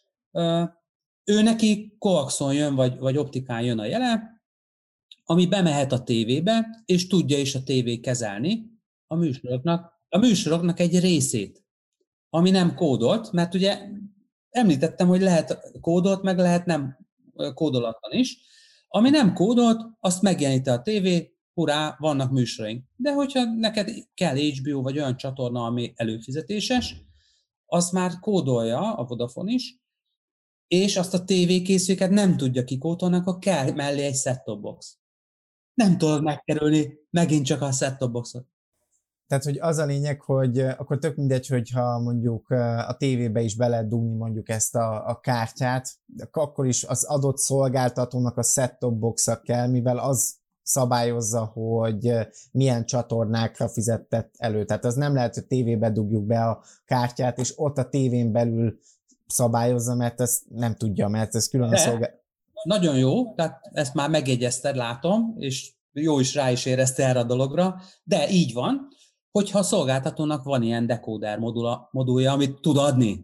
Ő neki coaxon jön, vagy optikán jön a jele, ami bemehet a tévébe, és tudja is a tévé kezelni a műsoroknak egy részét, ami nem kódolt, mert ugye említettem, hogy lehet kódolt, meg lehet nem kódolatlan is. Ami nem kódolt, azt megjeleníti a tévé, hurrá, vannak műsoraink. De hogyha neked kell HBO, vagy olyan csatorna, ami előfizetéses, azt már kódolja a Vodafone is, és azt a tévékészüléket nem tudja kikódolni, akkor kell mellé egy set-top box. Nem tudod megkerülni megint csak a set-top boxot. Tehát, hogy az a lényeg, hogy akkor tök mindegy, hogyha mondjuk a tévébe is be lehet dugni mondjuk ezt a kártyát, akkor is az adott szolgáltatónak a set-top boxa kell, mivel az szabályozza, hogy milyen csatornákra fizetett elő. Tehát az nem lehet, hogy tévébe dugjuk be a kártyát, és ott a tévén belül szabályozza, mert ezt nem tudja, mert ez külön a szolgáltatás. Nagyon jó, tehát ezt már megjegyezted, látom, és jó is rá is érezte erre a dologra, de így van, hogyha a szolgáltatónak van ilyen decoder modulja, amit tud adni.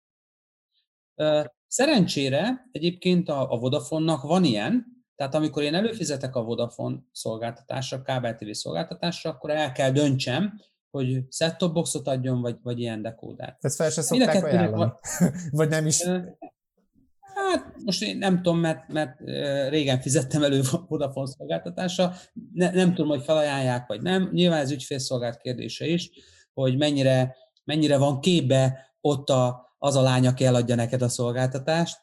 Szerencsére egyébként a Vodafone-nak van ilyen, tehát amikor én előfizetek a Vodafone szolgáltatásra, kábel TV szolgáltatásra, akkor el kell döntsem, hogy set-top boxot adjon, vagy ilyen dekódert. Ezt fel se szokták ajánlani? Vagy nem is? Hát most én nem tudom, mert régen fizettem elő Vodafone szolgáltatásra, nem tudom, hogy felajánlják, vagy nem. Nyilván ez ügyfélszolgált kérdése is, hogy mennyire van képbe ott az a lány, aki eladja neked a szolgáltatást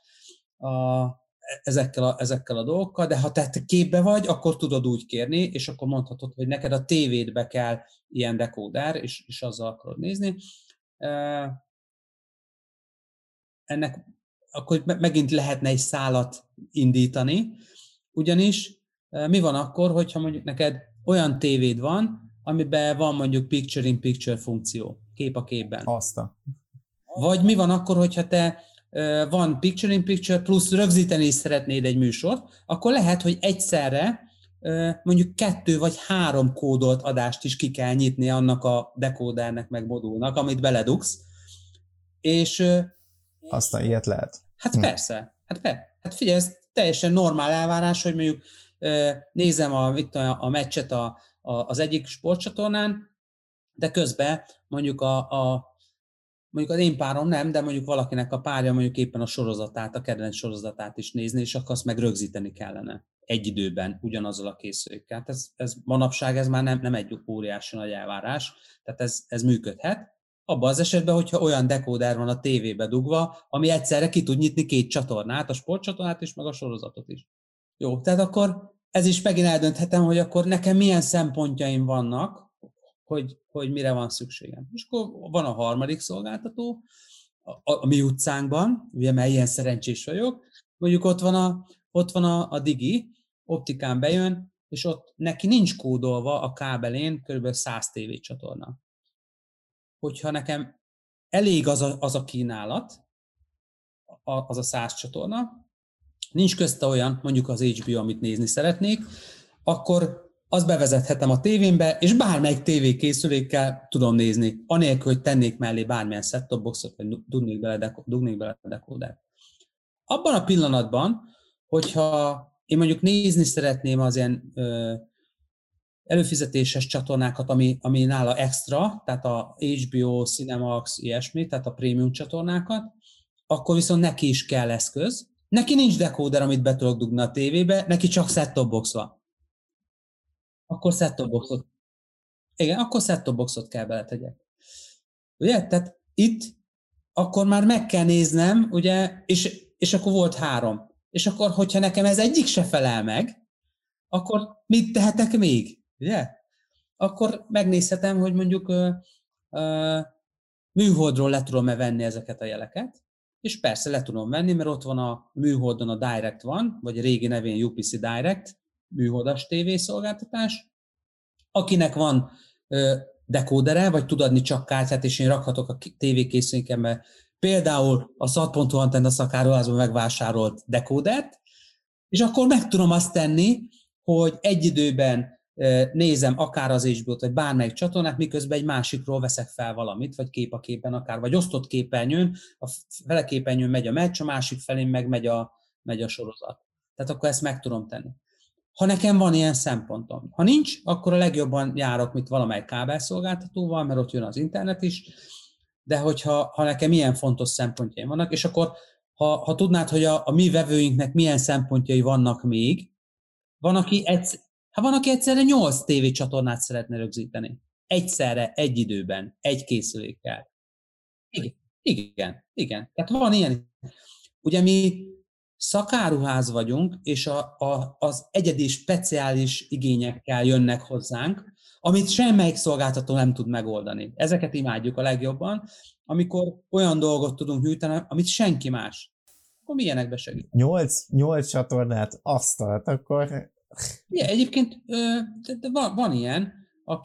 ezekkel a dolgokkal, de ha te képbe vagy, akkor tudod úgy kérni, és akkor mondhatod, hogy neked a tévédbe kell ilyen dekóder, és azzal akarod nézni. Ennek akkor megint lehetne egy szálat indítani, ugyanis mi van akkor, hogyha mondjuk neked olyan tévéd van, amiben van mondjuk picture-in-picture funkció, kép a képben. Vagy mi van akkor, hogyha te van picture-in-picture plusz rögzíteni is szeretnéd egy műsort, akkor lehet, hogy egyszerre mondjuk 2 vagy 3 kódolt adást is ki kell nyitni annak a dekódernek meg modulnak, amit beledugsz, és aztán ilyet lehet. Hát persze. Hát figyelj, ez teljesen normál elvárás, hogy mondjuk nézem a meccset az egyik sportcsatornán, de közben mondjuk mondjuk az én párom nem, de mondjuk valakinek a párja mondjuk éppen a sorozatát, a kedvenc sorozatát is nézni, és akkor azt meg rögzíteni kellene egy időben, ugyanazzal a készülékkel. Hát ez manapság ez már nem egy óriási nagy elvárás, tehát ez működhet. Abban az esetben, hogyha olyan dekóder van a tévébe dugva, ami egyszerre ki tud nyitni 2 csatornát, a sportcsatornát is, meg a sorozatot is. Jó, tehát akkor ez is megint eldönthetem, hogy akkor nekem milyen szempontjaim vannak, hogy mire van szükségem. És akkor van a harmadik szolgáltató, a mi utcánkban, ugye, mert ilyen szerencsés vagyok, mondjuk ott van a Digi, optikán bejön, és ott neki nincs kódolva a kábelén kb. 100 tévécsatorna. Hogyha nekem elég az a kínálat, az a 100 csatorna, nincs közte olyan, mondjuk az HBO, amit nézni szeretnék, akkor azt bevezethetem a tévémbe, és bármelyik tévékészülékkel tudom nézni, anélkül, hogy tennék mellé bármilyen set-top boxot, vagy dugnék bele dekódert. Abban a pillanatban, hogyha én mondjuk nézni szeretném az ilyen előfizetéses csatornákat, ami nála extra, tehát a HBO, Cinemax, ilyesmi, tehát a prémium csatornákat, akkor viszont neki is kell eszköz. Neki nincs dekóder, amit be tudok dugni a tévébe, neki csak set-top box van. Akkor set-top boxot. Igen, akkor set-top boxot kell beletegyek. Ugye? Tehát itt akkor már meg kell néznem, ugye, és akkor volt 3. És akkor, hogyha nekem ez egyik se felel meg, akkor mit tehetek még? Ugye? Akkor megnézhetem, hogy mondjuk műholdról le tudom-e venni ezeket a jeleket, és persze le tudom venni, mert ott van a műholdon a Direct van, vagy a régi nevén UPC Direct, műholdas tévészolgáltatás. Akinek van dekódere, vagy tud adni csak kártyát, és én rakhatok a tévékészülékembe például a SAT.hu antenna szakáruházban megvásárolt dekódert, és akkor meg tudom azt tenni, hogy egy időben nézem akár az HBO-t, vagy bármelyik csatornát, miközben egy másikról veszek fel valamit, vagy kép a képen akár, vagy osztott képernyőn, a fele képernyőn megy a meccs, a másik felén meg megy a sorozat. Tehát akkor ezt meg tudom tenni. Ha nekem van ilyen szempontom. Ha nincs, akkor a legjobban járok, mint valamelyik kábelszolgáltatóval, mert ott jön az internet is, de hogyha nekem ilyen fontos szempontjaim vannak, és akkor ha tudnád, hogy a mi vevőinknek milyen szempontjai vannak még, van, aki egyszerre 8 tévécsatornát szeretne rögzíteni. Egyszerre, egy időben, egy készülékkel. Igen. Tehát van ilyen. Ugye mi szakáruház vagyunk, és az egyedi, speciális igényekkel jönnek hozzánk, amit semmelyik szolgáltató nem tud megoldani. Ezeket imádjuk a legjobban, amikor olyan dolgot tudunk nyújtani, amit senki más. Akkor milyenekbe segít? 8 csatornát, asztalt, akkor Igen, egyébként de van ilyen,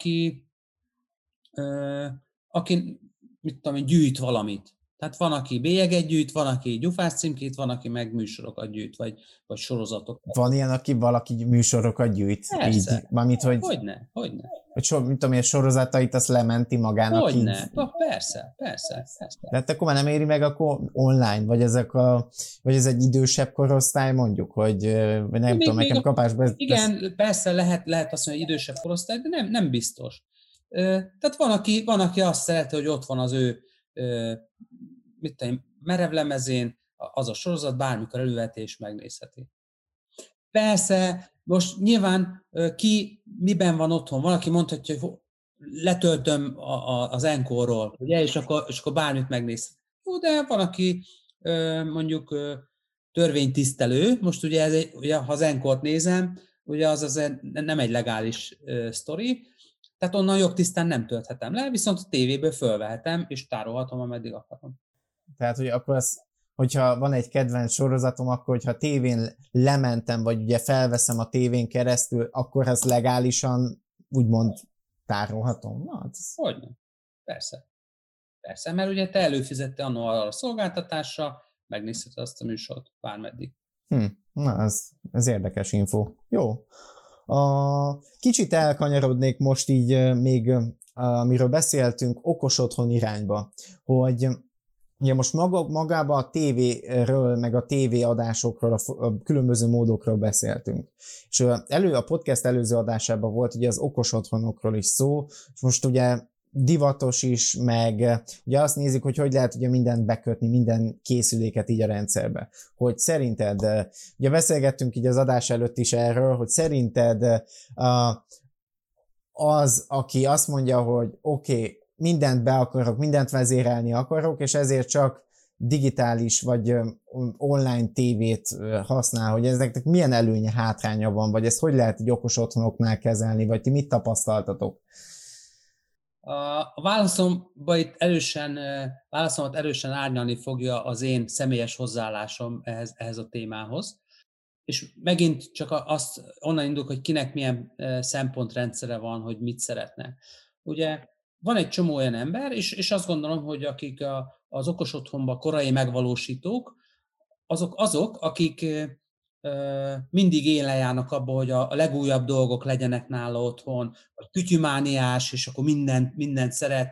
aki mit tudom én, gyűjt valamit. Tehát van, aki bélyeget gyűjt, van, aki gyufás címkét, van, aki meg műsorokat gyűjt, vagy sorozatokat. Van ilyen, aki valaki műsorokat gyűjt, Persze. így, mármint, hogy Hogyne. mit tudom én, sorozatait azt lementi magának. Hogyne. Így. Persze. De hát akkor már nem éri meg akkor online, vagy ez egy idősebb korosztály mondjuk, vagy nem tudom, nekem kapásban... Igen, persze lehet azt mondani, hogy idősebb korosztály, de nem biztos. Tehát van, aki azt szereti, hogy ott van az ő mit tudom, merevlemezén, az a sorozat, bármikor előveheti és megnézheti. Persze, most nyilván ki miben van otthon. Valaki mondhatja, hogy letöltöm az Encore-ról, ugye, és akkor bármit megnéz. Jó, de van, aki mondjuk törvénytisztelő. Most ugye ha az Encore-t nézem, ugye az nem egy legális sztori, tehát onnan jogtisztán nem tölthetem le, viszont a tévéből fölvehetem, és tárolhatom, ameddig akarom. Tehát, hogy akkor hogyha van egy kedvenc sorozatom, akkor hogyha tévén lementem, vagy ugye felveszem a tévén keresztül, akkor ezt legálisan úgymond tárolhatom? Na, hát Hogyne. Persze, mert ugye te előfizette annól arra a szolgáltatásra, megnézheted azt a műsort bármeddig. Na, ez érdekes info. Jó. Kicsit elkanyarodnék most így még, amiről beszéltünk, okos otthon irányba, hogy ugye most magába a tévéről, meg a tévéadásokról, a különböző módokról beszéltünk. És a podcast előző adásában volt ugye az okos otthonokról is szó, és most ugye divatos is, meg ugye azt nézik, hogy lehet ugye mindent bekötni, minden készüléket így a rendszerbe. Hogy szerinted, ugye beszélgettünk így az adás előtt is erről, hogy szerinted az, aki azt mondja, hogy oké, mindent be akarok, mindent vezérelni akarok, és ezért csak digitális vagy online tévét használ, hogy ezeknek milyen előnye, hátránya van, vagy ezt hogy lehet így okos otthonoknál kezelni, vagy ti mit tapasztaltatok? A válaszomat erősen árnyalni fogja az én személyes hozzáállásom ehhez a témához. És megint csak azt onnan indul, hogy kinek milyen szempontrendszere van, hogy mit szeretne. Ugye van egy csomó olyan ember, és azt gondolom, hogy akik az okos otthonban korai megvalósítók, azok, akik mindig élen járnak abba, hogy a legújabb dolgok legyenek nála otthon, vagy kütyümániás, és akkor mindent szeret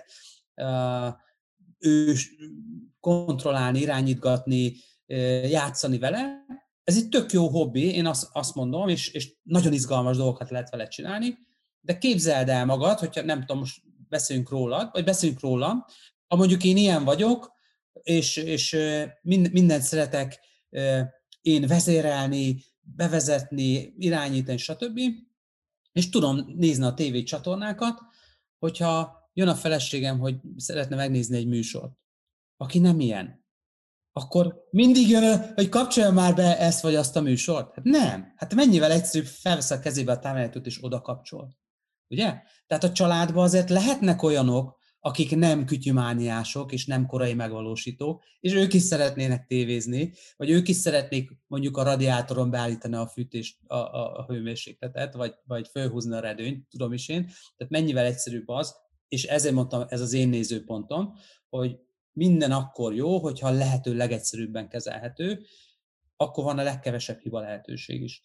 ő kontrollálni, irányítgatni, játszani vele. Ez egy tök jó hobbi, én azt mondom, és nagyon izgalmas dolgokat lehet vele csinálni, de képzeld el magad, hogyha nem tudom, most beszéljünk rólad, vagy beszéljünk rólam, ha mondjuk én ilyen vagyok, és mindent szeretek én vezérelni, bevezetni, irányítani, stb. És tudom nézni a TV csatornákat, hogyha jön a feleségem, hogy szeretne megnézni egy műsort, aki nem ilyen, akkor mindig jön, hogy kapcsolja már be ezt vagy azt a műsort? Hát nem. Hát mennyivel egyszerűbb felvesz a kezébe a távirányítót és oda kapcsol. Ugye? Tehát a családban azért lehetnek olyanok, akik nem kütyümániások és nem korai megvalósítók, és ők is szeretnének tévézni, vagy ők is szeretnék mondjuk a radiátoron beállítani a fűtést, a hőmérsékletet, vagy fölhúzni a redőnyt, tudom is én. Tehát mennyivel egyszerűbb az, és ezért mondtam, ez az én nézőpontom, hogy minden akkor jó, hogyha lehető legegyszerűbben kezelhető, akkor van a legkevesebb hiba lehetőség is.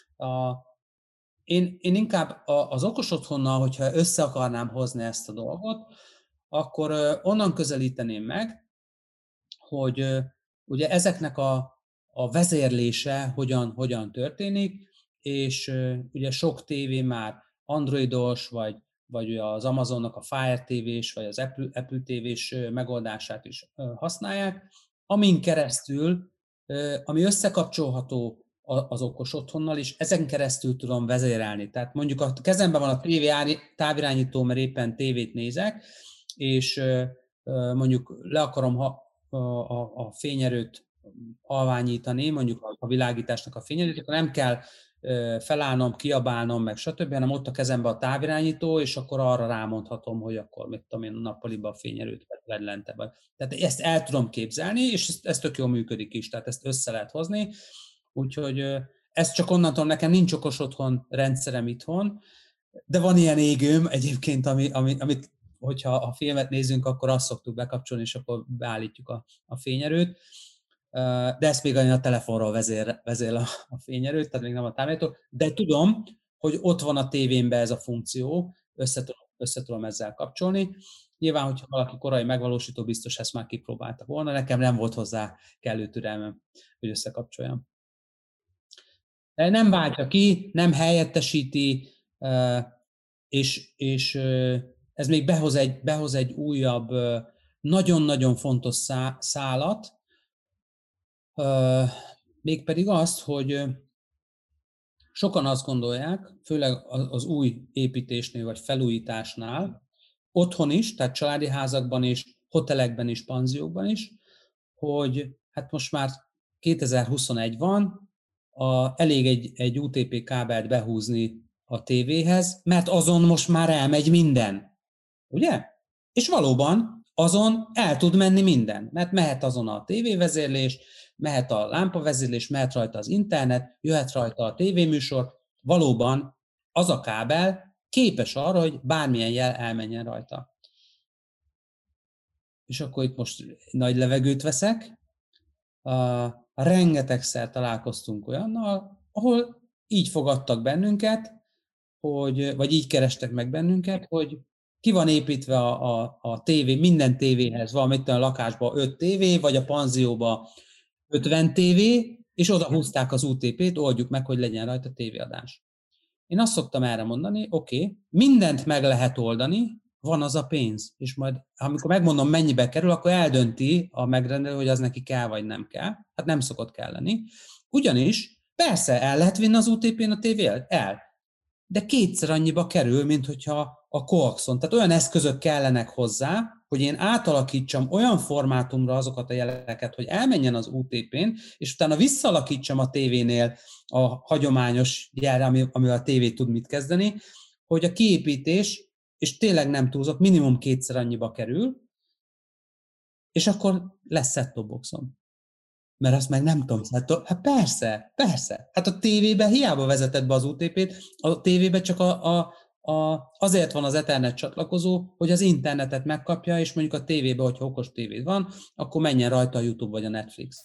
Én inkább az okos otthonnal, hogyha össze akarnám hozni ezt a dolgot, akkor onnan közelíteném meg, hogy ugye ezeknek a vezérlése hogyan történik, és ugye sok tévé már androidos, vagy az Amazonnak a Fire TV-s, vagy az Apple TV-s megoldását is használják, amin keresztül, ami összekapcsolható az okos otthonnal, és ezen keresztül tudom vezérelni. Tehát mondjuk a kezemben van a távirányító, mert éppen tévét nézek, és mondjuk le akarom a fényerőt halványítani, mondjuk a világításnak a fényerőt, akkor nem kell felállnom, kiabálnom, meg stb., hanem ott a kezemben a távirányító, és akkor arra rámondhatom, hogy akkor mit tudom én, a nappaliban a fényerőt vedd lentebb. Tehát ezt el tudom képzelni, és ez tök jól működik is, tehát ezt össze lehet hozni. Úgyhogy ez csak onnantól, nekem nincs okos otthon rendszerem itthon, de van ilyen égőm egyébként, amit hogyha a filmet nézünk, akkor azt szoktuk bekapcsolni, és akkor beállítjuk a fényerőt. De ezt még a telefonról vezél a fényerőt, tehát még nem a távirányító. De tudom, hogy ott van a tévémben ez a funkció, össze tudom ezzel kapcsolni. Nyilván, hogyha valaki korai megvalósító, biztos ezt már kipróbálta volna, nekem nem volt hozzá kellő türelmem, hogy összekapcsoljam. De nem váltja ki, nem helyettesíti, és ez még behoz egy újabb, nagyon-nagyon fontos szálat, mégpedig azt, hogy sokan azt gondolják, főleg az új építésnél vagy felújításnál, otthon is, tehát családi házakban is, hotelekben is, panziókban is, hogy hát most már 2021 van, elég egy UTP kábelt behúzni a tévéhez, mert azon most már elmegy minden. Ugye? És valóban azon el tud menni minden, mert mehet azon a tévévezérlés, mehet a lámpavezérlés, mehet rajta az internet, jöhet rajta a tévéműsor, valóban az a kábel képes arra, hogy bármilyen jel elmenjen rajta. És akkor itt most nagy levegőt veszek. Rengetegszer találkoztunk olyannal, ahol így fogadtak bennünket, vagy így kerestek meg bennünket, hogy ki van építve a tévé, minden tévéhez van, mint a lakásban 5 tévé, vagy a panzióban 50 tévé, és oda húzták az UTP-t, oldjuk meg, hogy legyen rajta tévéadás. Én azt szoktam erre mondani, oké, mindent meg lehet oldani, van az a pénz, és majd amikor megmondom, mennyibe kerül, akkor eldönti a megrendelő, hogy az neki kell, vagy nem kell. Hát nem szokott kelleni. Ugyanis, persze, el lehet vinni az UTP-n a tévét? El. De kétszer annyiba kerül, mint hogyha a coaxon. Tehát olyan eszközök kellenek hozzá, hogy én átalakítsam olyan formátumra azokat a jeleket, hogy elmenjen az UTP-n, és utána visszalakítsam a tévénél a hagyományos jelre, amivel a tévé tud mit kezdeni, hogy a kiépítés, és tényleg nem túlzok, minimum kétszer annyiba kerül, és akkor lesz set-top boxom. Mert azt meg nem tudom. Hát persze. Hát a tévében hiába vezeted be az UTP-t, a tévében csak azért van az Ethernet csatlakozó, hogy az internetet megkapja, és mondjuk a tévében, hogyha okos tévéd van, akkor menjen rajta a YouTube vagy a Netflix.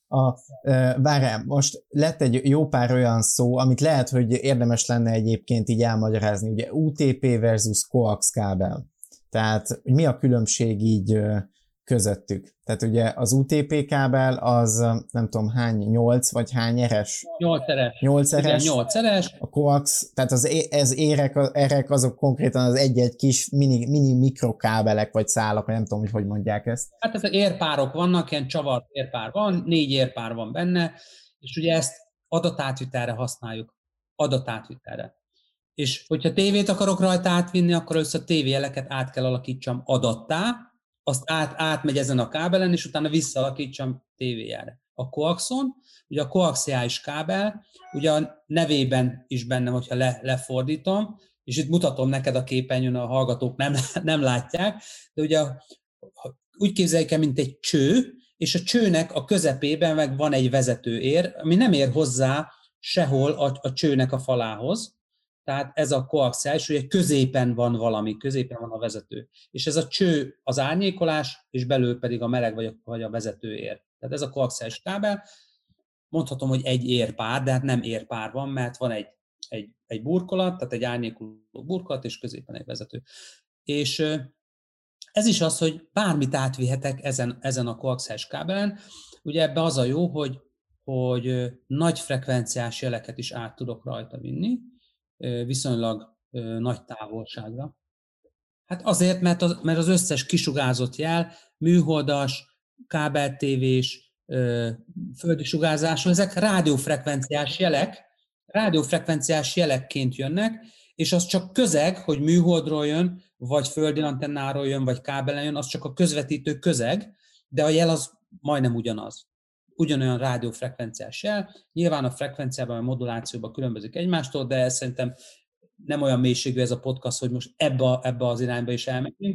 Várjál, most lett egy jó pár olyan szó, amit lehet, hogy érdemes lenne egyébként így elmagyarázni. Ugye UTP versus coax kábel. Tehát mi a különbség így közöttük? Tehát ugye az UTP kábel az nem tudom hány, 8 vagy hány eres? 8 eres. 8 eres. A coax, tehát ez érek azok konkrétan az egy-egy kis mini mikrokábelek vagy szálak, nem tudom, hogy mondják ezt. Hát ezek érpárok vannak, ilyen csavart érpár van, 4 érpár van benne, és ugye ezt adatátvitelre használjuk. Adatátvitelre. És hogyha tévét akarok rajta átvinni, akkor először a tévéjeleket át kell alakítsam adattá, azt átmegy ezen a kábelen, és utána visszaalakítsam tévéjára. A coaxon, ugye a koaxiális kábel, ugye a nevében is benne, hogyha lefordítom, és itt mutatom neked a képernyőn, a hallgatók nem látják, de ugye úgy képzeljük el, mint egy cső, és a csőnek a közepében meg van egy vezetőér, ami nem ér hozzá sehol a csőnek a falához. Tehát ez a koaxiális, ugye középen van valami, középen van a vezető. És ez a cső az árnyékolás, és belül pedig a meleg vagy a vezetőér. Tehát ez a koaxiális kábel. Mondhatom, hogy egy érpár, de hát nem érpár van, mert van egy burkolat, tehát egy árnyékoló burkolat, és középen egy vezető. És ez is az, hogy bármit átvihetek ezen a koaxiális kábelen. Ugye ebbe az a jó, hogy nagy frekvenciás jeleket is át tudok rajta vinni, viszonylag nagy távolságra. Hát azért, mert az összes kisugárzott jel, műholdas, kábeltévés, földi sugárzású, ezek rádiófrekvenciás jelekként jönnek, és az csak közeg, hogy műholdról jön, vagy földi antennáról jön, vagy kábelen jön, az csak a közvetítő közeg, de a jel az majdnem ugyanaz. Ugyanolyan rádiófrekvenciás jel. Nyilván a frekvenciában, a modulációban különbözik egymástól, de szerintem nem olyan mélységű ez a podcast, hogy most ebbe az irányba is elmegyünk.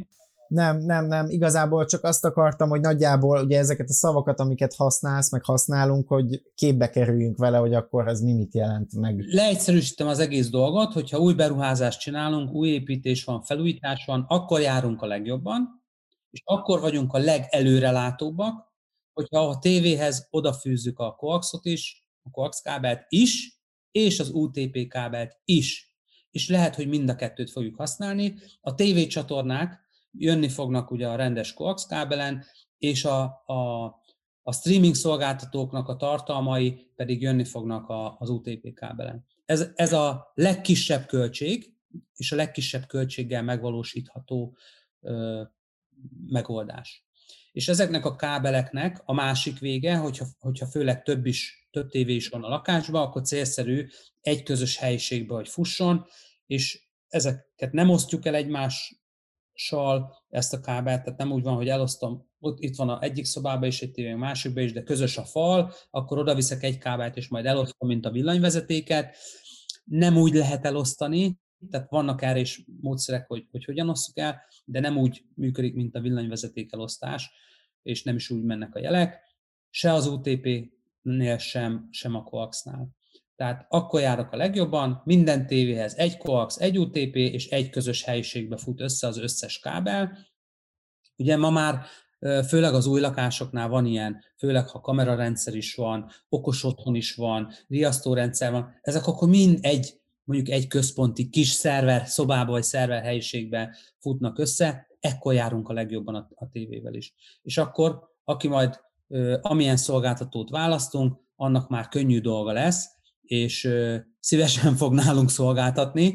Nem, igazából csak azt akartam, hogy nagyjából ugye ezeket a szavakat, amiket használsz, meg használunk, hogy képbe kerüljünk vele, hogy akkor ez mit jelent meg. Leegyszerűsítem az egész dolgot, hogyha új beruházást csinálunk, új építés van, felújítás van, akkor járunk a legjobban, és akkor vagyunk a legelőrelátóbbak, hogyha a tévéhez odafűzzük a coaxot is, a coax kábelt is, és az UTP kábelt is. És lehet, hogy mind a kettőt fogjuk használni. A tévécsatornák jönni fognak ugye a rendes coax kábelen, és a streaming szolgáltatóknak a tartalmai pedig jönni fognak az UTP kábelen. Ez a legkisebb költség, és a legkisebb költséggel megvalósítható megoldás. És ezeknek a kábeleknek a másik vége, hogyha főleg több tévé is van a lakásban, akkor célszerű egy közös helyiségbe, hogy fusson, és ezeket nem osztjuk el egymással, ezt a kábelt, tehát nem úgy van, hogy elosztom, itt van az egyik szobában is egy tévé, a másikban is, de közös a fal, akkor oda viszek egy kábelt, és majd elosztom, mint a villanyvezetéket. Nem úgy lehet elosztani, tehát vannak erre is módszerek, hogy hogyan osszuk el, de nem úgy működik, mint a villanyvezeték elosztás, és nem is úgy mennek a jelek, se az UTP-nél, sem a coaxnál. Tehát akkor járok a legjobban, minden tévéhez egy coax, egy UTP és egy közös helyiségbe fut össze az összes kábel. Ugye ma már főleg az új lakásoknál van ilyen, főleg ha kamerarendszer is van, okos otthon is van, riasztórendszer van, ezek akkor mind mondjuk egy központi kis szerver szobába vagy szerver helyiségbe futnak össze, ekkor járunk a legjobban a tévével is. És akkor, aki majd amilyen szolgáltatót választunk, annak már könnyű dolga lesz, és szívesen fog nálunk szolgáltatni,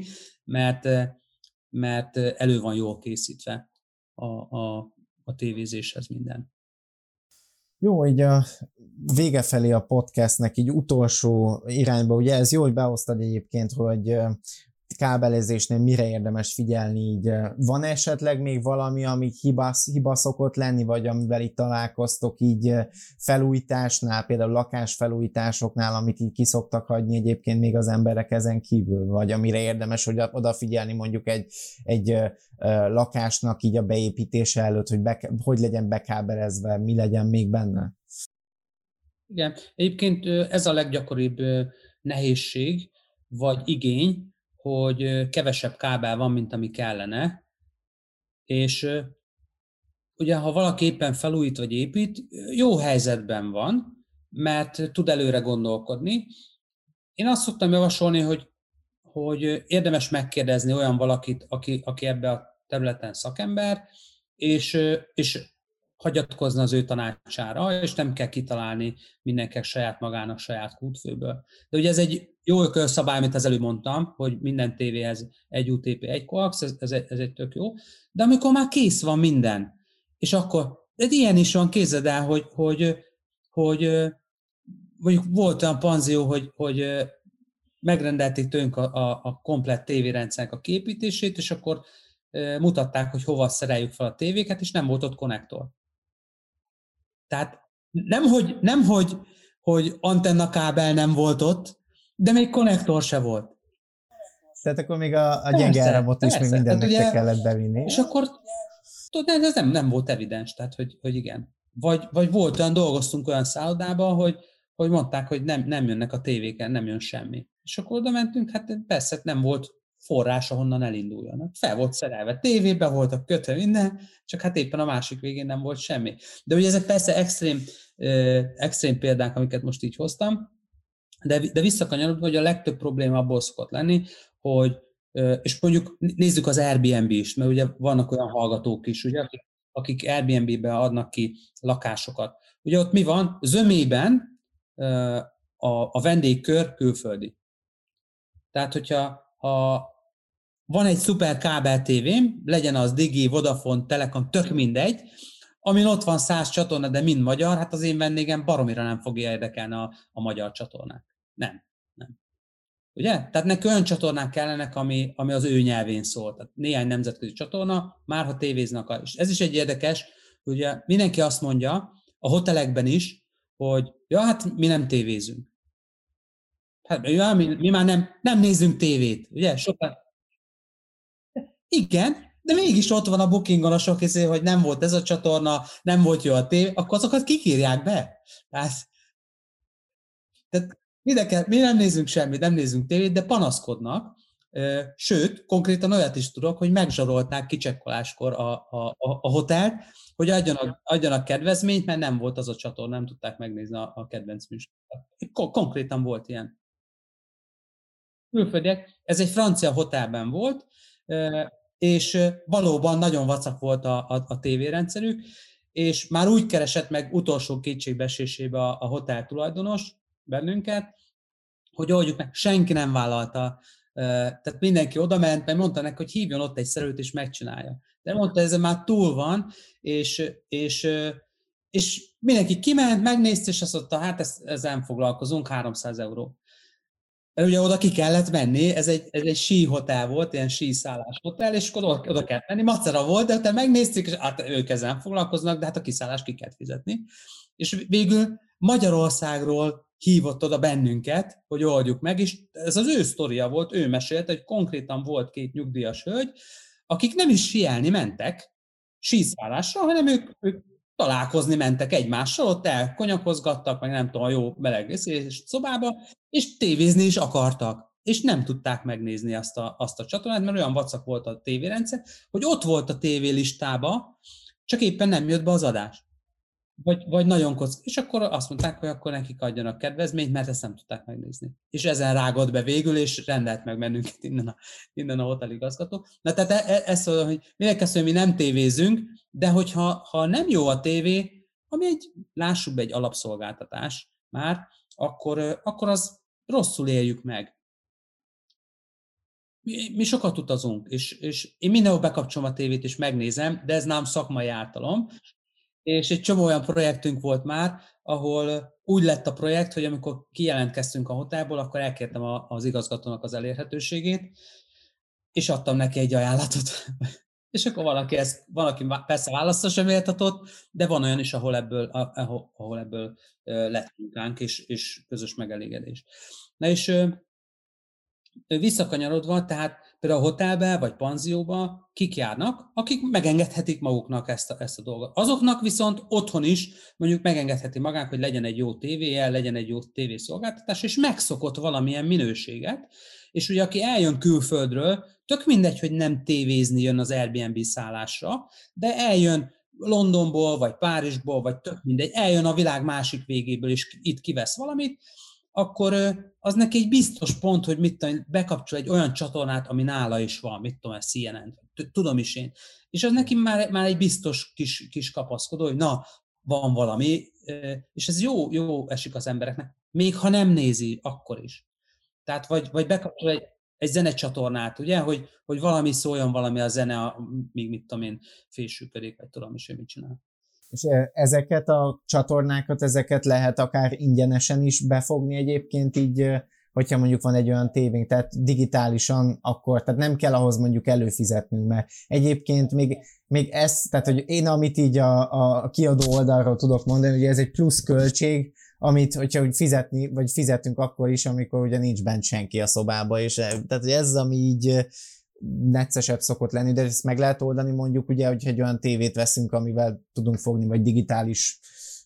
mert elő van jól készítve a tévézéshez minden. Jó, így a vége felé a podcastnek, így utolsó irányba, ugye ez jó, hogy behoztad egyébként, hogy kábelezésnél mire érdemes figyelni, így van esetleg még valami, ami hiba szokott lenni, vagy amivel itt találkoztok így felújításnál, például lakásfelújításoknál, amit így kiszoktak hagyni egyébként még az emberek ezen kívül, vagy amire érdemes, hogy odafigyelni mondjuk egy lakásnak így a beépítése előtt, hogy legyen bekábelezve, mi legyen még benne? Igen, egyébként ez a leggyakoribb nehézség, vagy igény, hogy kevesebb kábel van, mint ami kellene, és ugye ha valaki éppen felújít vagy épít, jó helyzetben van, mert tud előre gondolkodni. Én azt szoktam javasolni, hogy érdemes megkérdezni olyan valakit, aki ebbe a területen szakember, és hagyatkozni az ő tanácsára, és nem kell kitalálni mindenkinek saját magának saját kútfőből. De ugye ez egy jó ökölszabály, amit az előbb mondtam, hogy minden tévéhez egy UTP, egy coax, ez egy tök jó. De amikor már kész van minden, és akkor, de ilyen is van, képzeld el, hogy mondjuk volt olyan panzió, hogy megrendelték tőlünk a komplett tévérendszernek a képítését, és akkor mutatták, hogy hova szereljük fel a tévéket, és nem volt ott konnektor. Tehát nem hogy antennakábel nem volt ott, de még konnektor se volt. Tehát akkor még a gyenge áramot is még mindennek ugye, kellett bevinni. És akkor tudod, ez nem volt evidens, tehát hogy igen. Vagy volt olyan, dolgoztunk olyan szállodában, hogy mondták, hogy nem jönnek a tévéken, nem jön semmi. És akkor oda mentünk, hát persze nem volt forrás, ahonnan elinduljon. Fel volt szerelve, tévébe voltak kötve minden, csak hát éppen a másik végén nem volt semmi. De ugye ezek persze extrém példák, amiket most így hoztam, de visszakanyarodva, hogy a legtöbb probléma abból szokott lenni, hogy, és mondjuk nézzük az Airbnb is, mert ugye vannak olyan hallgatók is, ugye, akik Airbnb-be adnak ki lakásokat. Ugye ott mi van? Zömében a vendégkör külföldi. Tehát, hogyha van egy szuper kábel tévém, legyen az Digi, Vodafone, Telekom, tök mindegy, amin ott van 100 csatorna, de mind magyar, hát az én vendégem baromira nem fogja érdekelni a magyar csatornák. Nem. Ugye? Tehát neki olyan csatornák kellenek, ami az ő nyelvén szól. Tehát néhány nemzetközi csatorna, már ha tévéznek. És ez is egy érdekes, ugye mindenki azt mondja, a hotelekben is, hogy ja, hát mi nem tévézünk. Hát ja, mi már nem nézzünk tévét, ugye? Sokan... Igen, De mégis ott van a Bookingon a sok izé, hogy nem volt ez a csatorna, nem volt jó a tévé, akkor azokat kikírják be. Tehát mi nem nézünk semmit, nem nézünk tévét, de panaszkodnak. Sőt, konkrétan olyat is tudok, hogy megzsarolták kicsekkoláskor a hotelt, hogy adjanak kedvezményt, mert nem volt az a csatorna, nem tudták megnézni a kedvenc műsort. Konkrétan volt ilyen. Külföldiek, ez egy francia hotelben volt, és valóban nagyon vacak volt a tévérendszerük, és már úgy keresett meg utolsó kétségbeesésébe a hotel tulajdonos bennünket, hogy oldjuk meg, senki nem vállalta. Tehát mindenki odament, mert mondta neki, hogy hívjon ott egy szerelőt, és megcsinálja. De mondta, ez már túl van, és mindenki kiment, megnézte, és azt mondta, hát ezzel nem foglalkozunk, 300 euró. Mert ugye oda ki kellett menni, ez egy síhotel volt, ilyen síszállás hotel, és oda kellett menni, macera volt, de utána megnézték, és hát ők ezzel nem foglalkoznak, de hát a kiszállás ki kellett fizetni. És végül Magyarországról hívott oda bennünket, hogy oldjuk meg, és ez az ő sztoria volt, ő mesélte, hogy konkrétan volt 2 nyugdíjas hölgy, akik nem is síelni mentek síszállásra, hanem ők találkozni mentek egymással, ott elkonyakozgattak, meg nem tudom, a jó meleg szobába, és tévézni is akartak. És nem tudták megnézni azt a csatornát, mert olyan vacak volt a tévérendszer, hogy ott volt a tévélistába, csak éppen nem jött be az adás. Vagy nagyon kockás. És akkor azt mondták, hogy akkor nekik adjanak kedvezményt, mert ezt nem tudták megnézni. És ezen rágott be végül, és rendelt meg bennünket innen a hoteligazgató. Na tehát ezt szól, hogy mindenki mi nem tévézünk, de hogyha nem jó a tévé, ami lássuk be, egy alapszolgáltatás már, akkor az rosszul éljük meg. Mi sokat utazunk, és én mindenhol bekapcsolom a tévét, és megnézem, de ez nem szakmai ártalom. És egy csomó olyan projektünk volt már, ahol úgy lett a projekt, hogy amikor kijelentkeztünk a hotelból, akkor elkértem az igazgatónak az elérhetőségét, és adtam neki egy ajánlatot. És akkor valaki persze válaszra sem éltatott, de van olyan is, ahol ebből lett munkánk, és közös megelégedés. Na és visszakanyarodva, tehát például a hotelbe vagy panzióba kik járnak, akik megengedhetik maguknak ezt a dolgot. Azoknak viszont otthon is mondjuk megengedheti magának, hogy legyen egy jó tévéje, legyen egy jó tévészolgáltatás, és megszokott valamilyen minőséget, és ugye aki eljön külföldről, tök mindegy, hogy nem tévézni jön az Airbnb szállásra, de eljön Londonból, vagy Párizsból, vagy tök mindegy, eljön a világ másik végéből, és itt kivesz valamit, akkor az neki egy biztos pont, hogy mit tudom, bekapcsol egy olyan csatornát, ami nála is van, mit tudom, ez CNN, tudom is én. És az neki már egy biztos kis kapaszkodó, hogy na, van valami, és ez jó esik az embereknek, még ha nem nézi, akkor is. Tehát vagy bekapcsol egy zenecsatornát, ugye, hogy valami szóljon, valami a zene, még mit tudom én, fésülködik, vagy tudom is, hogy mit csinál. És ezeket a csatornákat, ezeket lehet akár ingyenesen is befogni egyébként így, hogyha mondjuk van egy olyan tévénk, tehát digitálisan akkor, tehát nem kell ahhoz mondjuk előfizetnünk, mert egyébként még ez, tehát hogy én amit így a kiadó oldalról tudok mondani, hogy ez egy plusz költség, amit, hogyha úgy fizetünk akkor is, amikor ugye nincs bent senki a szobába, és tehát hogy ez, ami így neccesebb szokott lenni, de ezt meg lehet oldani mondjuk ugye, hogyha egy olyan tévét veszünk, amivel tudunk fogni, vagy digitális.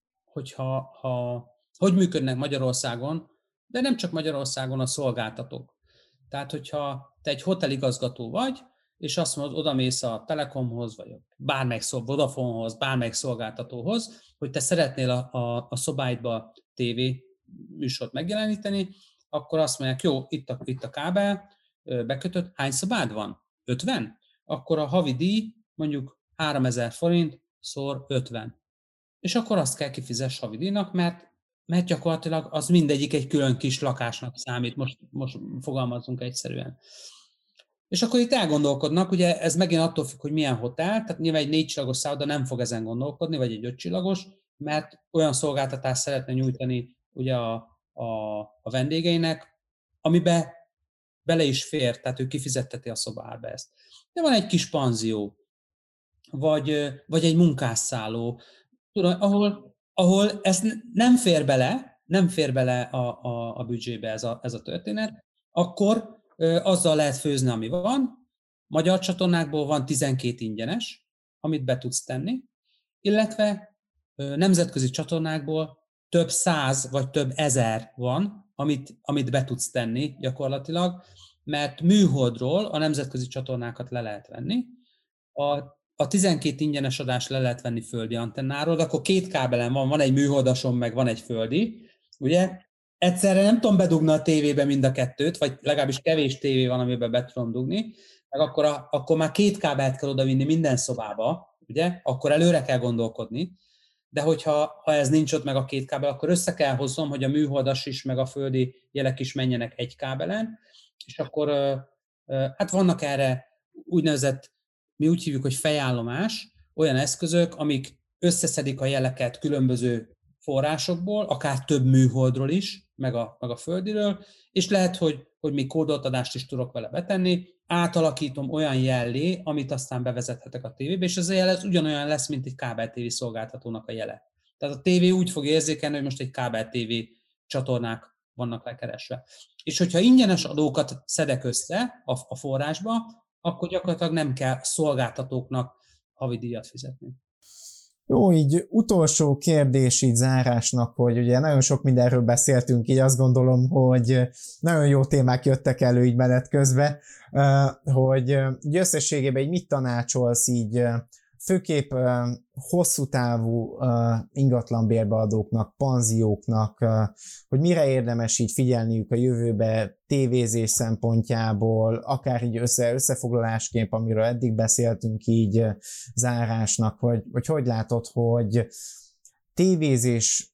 Hogy működnek Magyarországon, de nem csak Magyarországon a szolgáltatók. Tehát, hogyha te egy hoteligazgató vagy, és azt mondod, odamész a Telekomhoz, vagy bármelyik Vodafonehoz, bármelyik szolgáltatóhoz, hogy te szeretnél a szobáidba tévé műsort megjeleníteni, akkor azt mondják, jó, itt a kábel, bekötött, hány szobád van? 50? Akkor a havi díj mondjuk 3000 forint szor 50. És akkor azt kell kifizess havi díjnak, mert gyakorlatilag az mindegyik egy külön kis lakásnak számít, most fogalmazunk egyszerűen. És akkor itt elgondolkodnak, ugye ez megint attól függ, hogy milyen hotel, tehát nyilván egy 4 csillagos szálloda nem fog ezen gondolkodni, vagy egy 5 csillagos, mert olyan szolgáltatást szeretne nyújtani ugye a vendégeinek, amiben bele is fér, tehát ő kifizetteti a szobába ezt. De van egy kis panzió, vagy egy munkásszálló, ahol ez nem fér bele a büdzsébe ez a történet, akkor azzal lehet főzni, ami van, magyar csatornákból van 12 ingyenes, amit be tudsz tenni, illetve nemzetközi csatornákból több száz vagy több ezer van, amit be tudsz tenni gyakorlatilag, mert műholdról a nemzetközi csatornákat le lehet venni. A 12 ingyenes adást le lehet venni földi antennáról, de akkor 2 kábelen van egy műholdason, meg van egy földi, ugye? Egyszerre nem tudom bedugni a tévébe mind a kettőt, vagy legalábbis kevés tévé van, amiben be tudom dugni, meg akkor már 2 kábelt kell odavinni minden szobába, ugye? Akkor előre kell gondolkodni, de ha ez nincs ott meg a 2 kábel, akkor össze kell hoznom, hogy a műholdas is, meg a földi jelek is menjenek egy kábelen, és akkor hát vannak erre úgynevezett, mi úgy hívjuk, hogy fejállomás, olyan eszközök, amik összeszedik a jeleket különböző forrásokból, akár több műholdról is, meg a földiről, és lehet, hogy még kódolt adást is tudok vele betenni, átalakítom olyan jellé, amit aztán bevezethetek a tévébe, és az a jel ugyanolyan lesz, mint egy kábel-tévé szolgáltatónak a jele. Tehát a tévé úgy fog érzékelni, hogy most egy kábel-tévé csatornák vannak lekeresve. És hogyha ingyenes adókat szedek össze a forrásba, akkor gyakorlatilag nem kell szolgáltatóknak havidíjat fizetni. Jó, így utolsó kérdés így zárásnak, hogy ugye nagyon sok mindenről beszéltünk, így azt gondolom, hogy nagyon jó témák jöttek elő így menet közben, hogy összességében így mit tanácsolsz így főképp hosszú távú ingatlanbérbeadóknak, panzióknak, hogy mire érdemes így figyelniük a jövőbe tévézés szempontjából, akár így összefoglalásként, amiről eddig beszéltünk így zárásnak, hogy látod, hogy tévézés,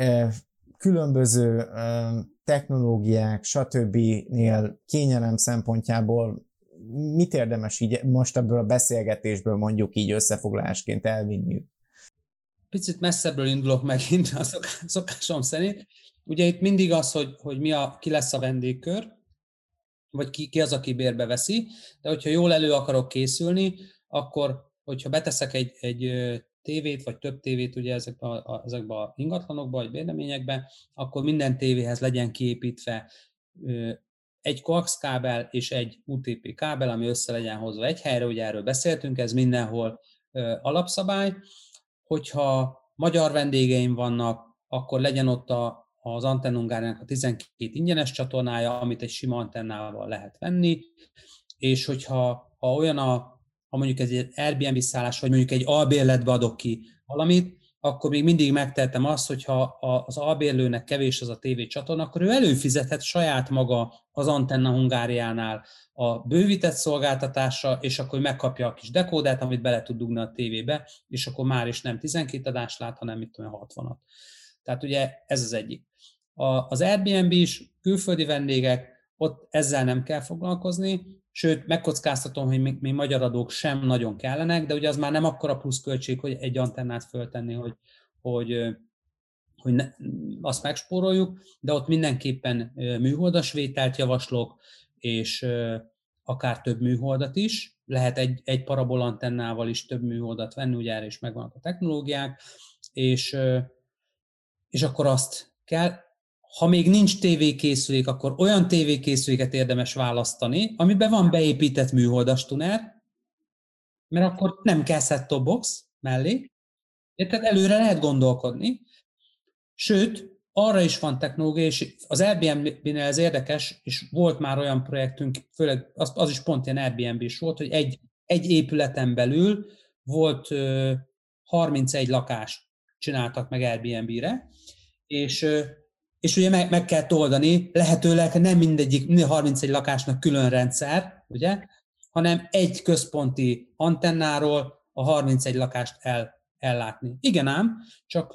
különböző technológiák, stb.-nél kényelem szempontjából mit érdemes így most ebből a beszélgetésből mondjuk így összefoglalásként elvinni? Picit messzebbről indulok megint a szokásom szerint. Ugye itt mindig az, hogy ki lesz a vendégkör, vagy ki az, aki bérbe veszi, de hogyha jól elő akarok készülni, akkor, hogyha beteszek egy tévét, vagy több tévét ugye ezekbe a ingatlanokba, vagy bérleményekbe, akkor minden tévéhez legyen kiépítve egy coax kábel és egy UTP kábel, ami össze legyen hozva egy helyre, ugye erről beszéltünk, ez mindenhol alapszabály. Hogyha magyar vendégeim vannak, akkor legyen ott az Antenna Hungáriának a 12 ingyenes csatornája, amit egy sima antennával lehet venni, és hogyha ha mondjuk egy Airbnb szállás, vagy mondjuk egy albérletbe adok ki valamit, akkor még mindig megtehetem azt, hogyha az albérlőnek kevés az a TV csatorna, akkor ő előfizethet saját maga az Antenna Hungáriánál a bővített szolgáltatásra, és akkor megkapja a kis dekódát, amit bele tud dugni a tévébe, és akkor már is nem 12 adást lát, hanem mit tudom, 60-at. Tehát ugye ez az egyik. Az Airbnb is, külföldi vendégek, ott ezzel nem kell foglalkozni, sőt, megkockáztatom, hogy még magyar adók sem nagyon kellenek, de ugye az már nem akkora pluszköltség, hogy egy antennát föltenni, hogy azt megspóroljuk, de ott mindenképpen műholdas vételt javaslok, és akár több műholdat is. Lehet egy parabolantennával is több műholdat venni, ugye erre is megvannak a technológiák, és akkor azt kell. Ha még nincs tévékészülék, akkor olyan tévékészüléket érdemes választani, amiben van beépített műholdas tuner, mert akkor nem kell set-top box mellé, tehát előre lehet gondolkodni. Sőt, arra is van technológia, és az Airbnb-nél ez érdekes, és volt már olyan projektünk, főleg az is pont ilyen Airbnb-s volt, hogy egy épületen belül volt 31 lakást csináltak meg Airbnb-re, és ugye meg kell oldani, lehetőleg nem mindegyik 31 lakásnak külön rendszer, ugye, hanem egy központi antennáról a 31 lakást ellátni. Igen ám, csak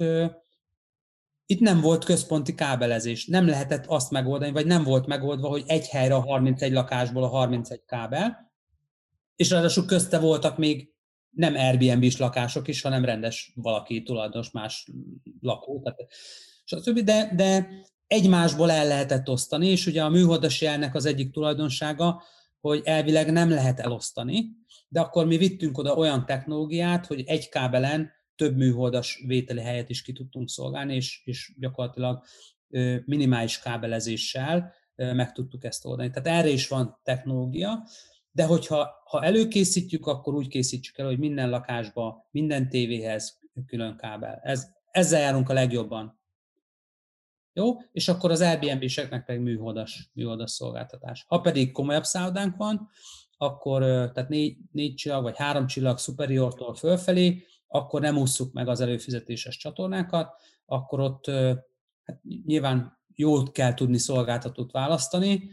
itt nem volt központi kábelezés. Nem lehetett azt megoldani, vagy nem volt megoldva, hogy egy helyre a 31 lakásból a 31 kábel, és ráadásul közte voltak még nem Airbnb-s lakások is, hanem rendes valaki tulajdonos, más lakó, stb. De egymásból el lehetett osztani, és ugye a műholdas jelnek az egyik tulajdonsága, hogy elvileg nem lehet elosztani, de akkor mi vittünk oda olyan technológiát, hogy egy kábelen több műholdas vételi helyet is ki tudtunk szolgálni, és gyakorlatilag minimális kábelezéssel meg tudtuk ezt oldani. Tehát erre is van technológia, De hogyha előkészítjük, akkor úgy készítsük el, hogy minden lakásba, minden tévéhez külön kábel. Ezzel járunk a legjobban. Jó? És akkor az Airbnb-seknek pedig műholdas szolgáltatás. Ha pedig komolyabb szállodánk van, akkor tehát 4 csillag vagy 3 csillag superiortól fölfelé, akkor nem ússzuk meg az előfizetéses csatornákat, akkor ott hát nyilván jól kell tudni szolgáltatót választani.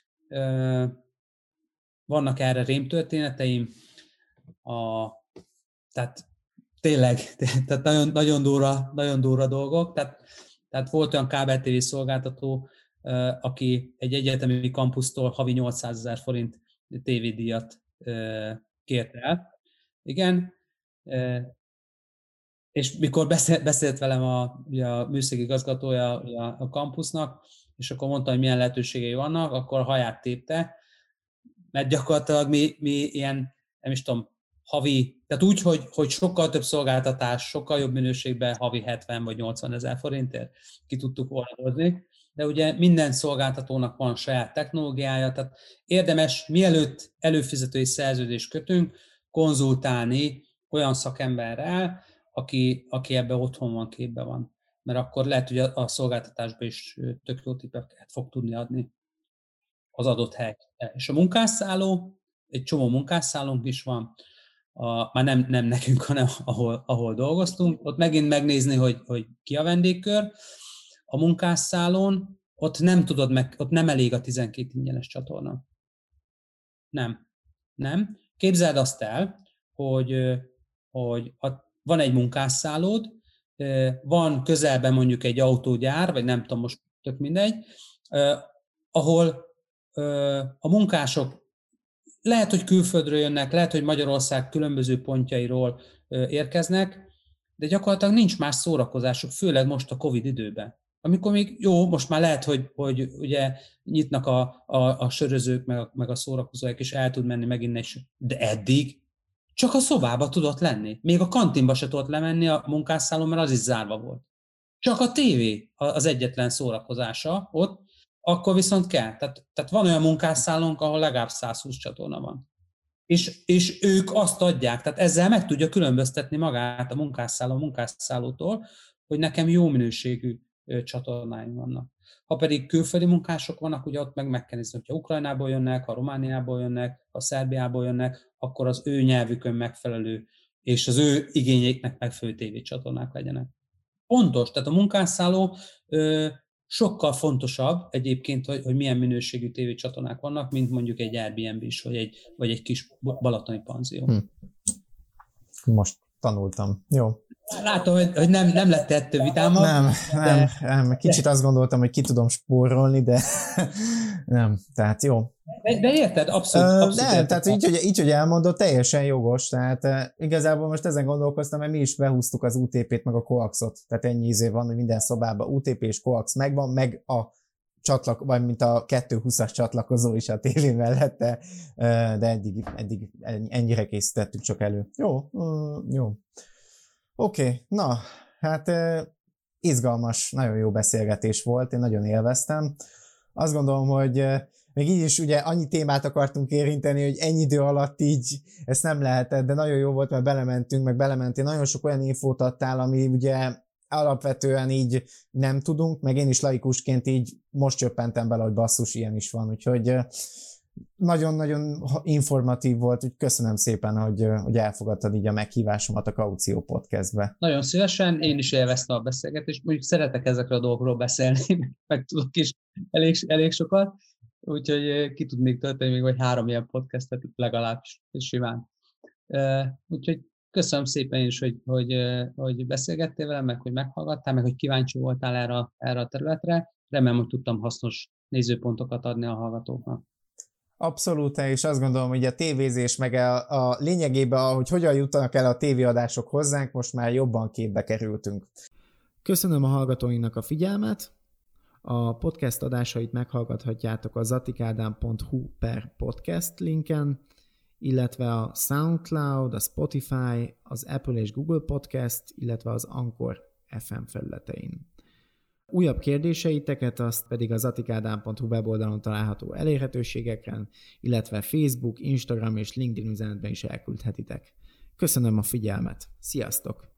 Vannak erre rémtörténeteim, tehát tényleg, tehát nagyon durva dolgok. Tehát volt olyan kábel-TV szolgáltató, aki egy egyetemi kampusztól havi 800 000 forint tévédíjat kért el. Igen. És mikor beszélt velem a műszaki igazgatója a kampusznak, és akkor mondta, hogy milyen lehetőségei vannak, akkor a haját tépte, mert gyakorlatilag mi ilyen, nem is tudom, havi, tehát úgy, hogy sokkal több szolgáltatás, sokkal jobb minőségben havi 70 vagy 80 000 forintért ki tudtuk oldadozni, de ugye minden szolgáltatónak van saját technológiája, tehát érdemes, mielőtt előfizetői szerződést kötünk, konzultálni olyan szakemberrel, aki ebben otthon van, képben van. Mert akkor lehet, hogy a szolgáltatásban is tök jó tippeket fog tudni adni az adott hely. És a munkásszálló, egy csomó munkásszállónk is van, már nem nekünk, hanem ahol dolgoztunk, ott megint megnézni, hogy ki a vendégkör. A munkásszállón ott nem tudod ott nem elég a 12 ingyenes csatorna. Nem. Képzeld azt el, hogy van egy munkásszállód, van közelben mondjuk egy autógyár, vagy nem tudom, most tök mindegy, ahol a munkások lehet, hogy külföldről jönnek, lehet, hogy Magyarország különböző pontjairól érkeznek, de gyakorlatilag nincs más szórakozásuk, főleg most a Covid időben. Amikor még jó, most már lehet, hogy ugye nyitnak a sörözők, meg a szórakozók, és el tud menni megint egy, de eddig csak a szobába tudott lenni. Még a kantinba se tudott lemenni a munkásszállón, mert az is zárva volt. Csak a tévé az egyetlen szórakozása ott, akkor viszont kell. Tehát van olyan munkásszállónk, ahol legalább 120 csatorna van. És ők azt adják, tehát ezzel meg tudja különböztetni magát a munkásszállótól, hogy nekem jó minőségű csatornáim vannak. Ha pedig külföldi munkások vannak, ugye ott meg kell nézni, hogyha Ukrajnából jönnek, ha Romániából jönnek, ha Szerbiából jönnek, akkor az ő nyelvükön megfelelő, és az ő igényeknek megfelelő tévécsatornák legyenek. Fontos, tehát a munkásszálló sokkal fontosabb egyébként, hogy milyen minőségű tévécsatornák vannak, mint mondjuk egy Airbnb is, vagy egy kis balatoni panzió. Most tanultam. Jó. Látom, hogy nem lett ettől vitáma. Nem. Kicsit azt gondoltam, hogy ki tudom spórolni, de nem. Tehát jó. De érted? Abszolút nem, érted. tehát így, hogy elmondod, teljesen jogos. Tehát igazából most ezen gondolkoztam, mert mi is behúztuk az UTP-t, meg a coaxot. Tehát ennyi izé van, hogy minden szobában UTP és coax megvan, meg a vagy mint a 220-as csatlakozó is a tévé mellette, de eddig ennyire készítettük csak elő. Jó. Oké, na, hát izgalmas, nagyon jó beszélgetés volt, én nagyon élveztem. Azt gondolom, hogy még így is ugye annyi témát akartunk érinteni, hogy ennyi idő alatt így ezt nem lehetett, de nagyon jó volt, mert belementél, nagyon sok olyan infót adtál, ami ugye alapvetően így nem tudunk, meg én is laikusként így most csöppentem bele, hogy basszus, ilyen is van, úgyhogy nagyon-nagyon informatív volt, úgy köszönöm szépen, hogy elfogadtad így a meghívásomat a Kaució Podcastbe. Nagyon szívesen, én is élveztem a beszélgetést, mondjuk szeretek ezekről a dolgokról beszélni, meg tudok is elég sokat, úgyhogy ki tudnék tölteni még vagy 3 ilyen podcastet legalább simán. Úgyhogy köszönöm szépen is, hogy beszélgettél velem, meg hogy meghallgattál, meg hogy kíváncsi voltál erre a területre. Remélem, hogy tudtam hasznos nézőpontokat adni a hallgatóknak. Abszolút, és azt gondolom, hogy a tévézés meg a lényegében, hogy hogyan jutnak el a tévéadások hozzánk, most már jobban képbe kerültünk. Köszönöm a hallgatóinknak a figyelmet. A podcast adásait meghallgathatjátok a zatikádám.hu/podcast linken, illetve a SoundCloud, a Spotify, az Apple és Google Podcast, illetve az Anchor FM felületein. Újabb kérdéseiteket azt pedig az atikádám.hu weboldalon található elérhetőségeken, illetve Facebook, Instagram és LinkedIn üzenetben is elküldhetitek. Köszönöm a figyelmet. Sziasztok!